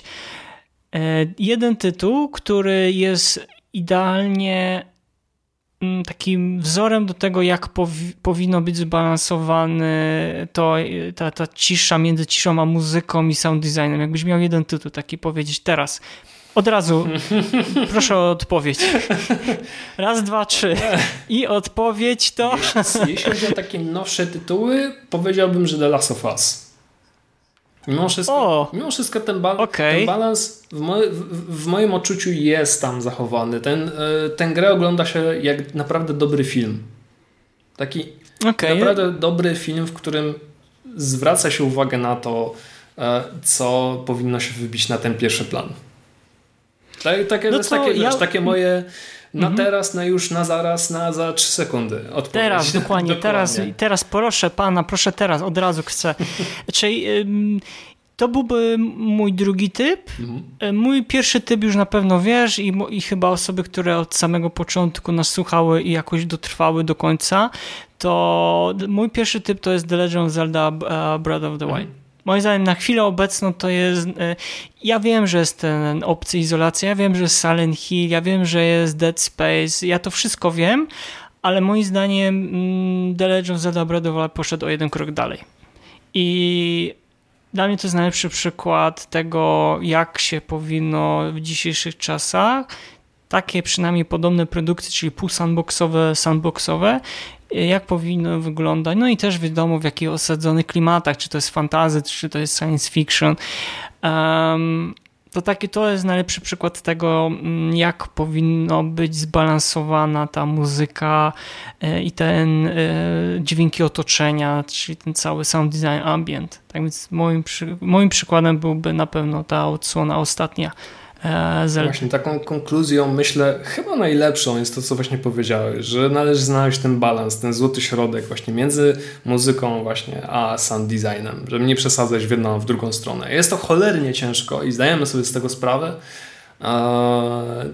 jeden tytuł, który jest idealnie takim wzorem do tego, jak powinno być zbalansowany ta cisza między ciszą a muzyką i sound designem. Jakbyś miał jeden tytuł taki powiedzieć teraz. Od razu proszę o odpowiedź. Raz, dwa, trzy. I odpowiedź to... Jeśli chodzi o takie nowsze tytuły, powiedziałbym, że The Last of Us. Mimo wszystko ten balans w moim odczuciu jest tam zachowany. Tę grę ogląda się jak naprawdę dobry film. Taki naprawdę dobry film, w którym zwraca się uwagę na to, co powinno się wybić na ten pierwszy plan. Takie moje na teraz, na już, na zaraz, na za 3 sekundy. Odpowiedź. Teraz, dokładnie. Teraz proszę pana, teraz, od razu chcę. Czyli to byłby mój drugi typ. Mój pierwszy typ już na pewno wiesz i chyba osoby, które od samego początku nas słuchały i jakoś dotrwały do końca, to mój pierwszy typ to jest The Legend of Zelda Breath of the Wild. Moim zdaniem na chwilę obecną to jest... Ja wiem, że jest ten opcja izolacja, ja wiem, że jest Silent Hill, ja wiem, że jest Dead Space, ja to wszystko wiem, ale moim zdaniem The Legend of Zelda Breath of the Wild poszedł o jeden krok dalej. I dla mnie to jest najlepszy przykład tego, jak się powinno w dzisiejszych czasach takie przynajmniej podobne produkcje, czyli sandboxowe, jak powinno wyglądać. No i też wiadomo, w jakich osadzonych klimatach, czy to jest fantasy, czy to jest science fiction. To jest najlepszy przykład tego, jak powinno być zbalansowana ta muzyka i ten dźwięki otoczenia, czyli ten cały sound design ambient. Tak więc moim przykładem byłby na pewno ta odsłona ostatnia. Właśnie taką konkluzją, myślę, chyba najlepszą jest to, co właśnie powiedziałeś, że należy znaleźć ten balans, ten złoty środek właśnie między muzyką właśnie a sound designem, żeby nie przesadzać w jedną, a w drugą stronę. Jest to cholernie ciężko i zdajemy sobie z tego sprawę,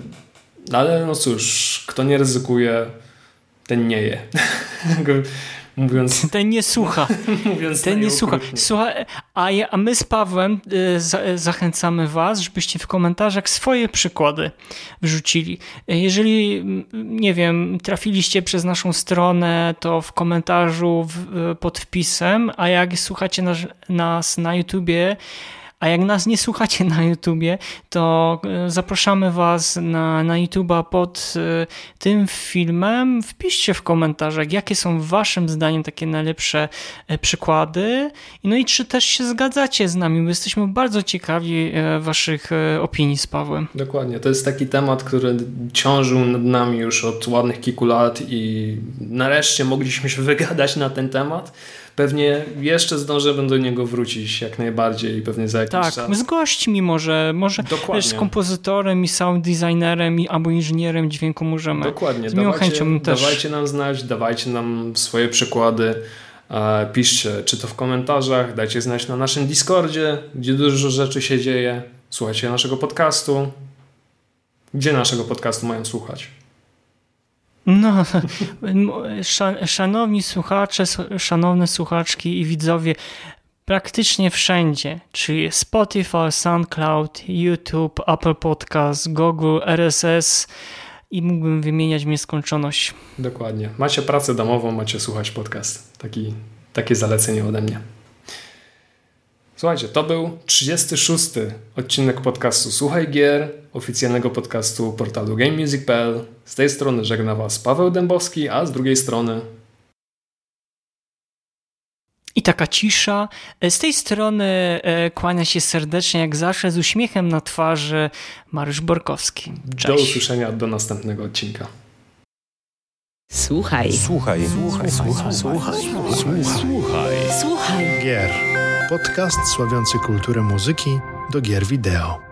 ale no cóż, kto nie ryzykuje, ten nie je. Ten nie słucha. Ten nie słucha. A my z Pawłem zachęcamy was, żebyście w komentarzach swoje przykłady wrzucili. Jeżeli, nie wiem, trafiliście przez naszą stronę, to w komentarzu pod wpisem, a jak słuchacie nas na YouTubie, a jak nas nie słuchacie na YouTubie, to zapraszamy was na YouTube'a pod tym filmem. Wpiszcie w komentarzach, jakie są waszym zdaniem takie najlepsze przykłady. No i czy też się zgadzacie z nami, bo jesteśmy bardzo ciekawi waszych opinii z Pawłem. Dokładnie. To jest taki temat, który ciążył nad nami już od ładnych kilku lat i nareszcie mogliśmy się wygadać na ten temat. Pewnie jeszcze zdążymy do niego wrócić jak najbardziej i pewnie za jakiś czas. Tak, z gośćmi może też z kompozytorem i sound designerem albo inżynierem dźwięku możemy. Dokładnie. Z miłą chęcią też. Dawajcie nam znać, dawajcie nam swoje przykłady, piszcie czy to w komentarzach, dajcie znać na naszym Discordzie, gdzie dużo rzeczy się dzieje. Słuchajcie naszego podcastu. Gdzie naszego podcastu mają słuchać? No, szanowni słuchacze, szanowne słuchaczki i widzowie, praktycznie wszędzie, czyli Spotify, SoundCloud, YouTube, Apple Podcast, Google, RSS i mógłbym wymieniać w nieskończoność. Dokładnie. Macie pracę domową, macie słuchać podcast. Takie zalecenie ode mnie. Słuchajcie, to był 36. odcinek podcastu Słuchaj Gier, oficjalnego podcastu portalu GameMusic.pl. Z tej strony żegna was Paweł Dębowski, a z drugiej strony... I taka cisza. Z tej strony kłania się serdecznie, jak zawsze, z uśmiechem na twarzy Mariusz Borkowski. Cześć. Do usłyszenia, do następnego odcinka. Słuchaj. Gier. Podcast sławiący kulturę muzyki do gier wideo.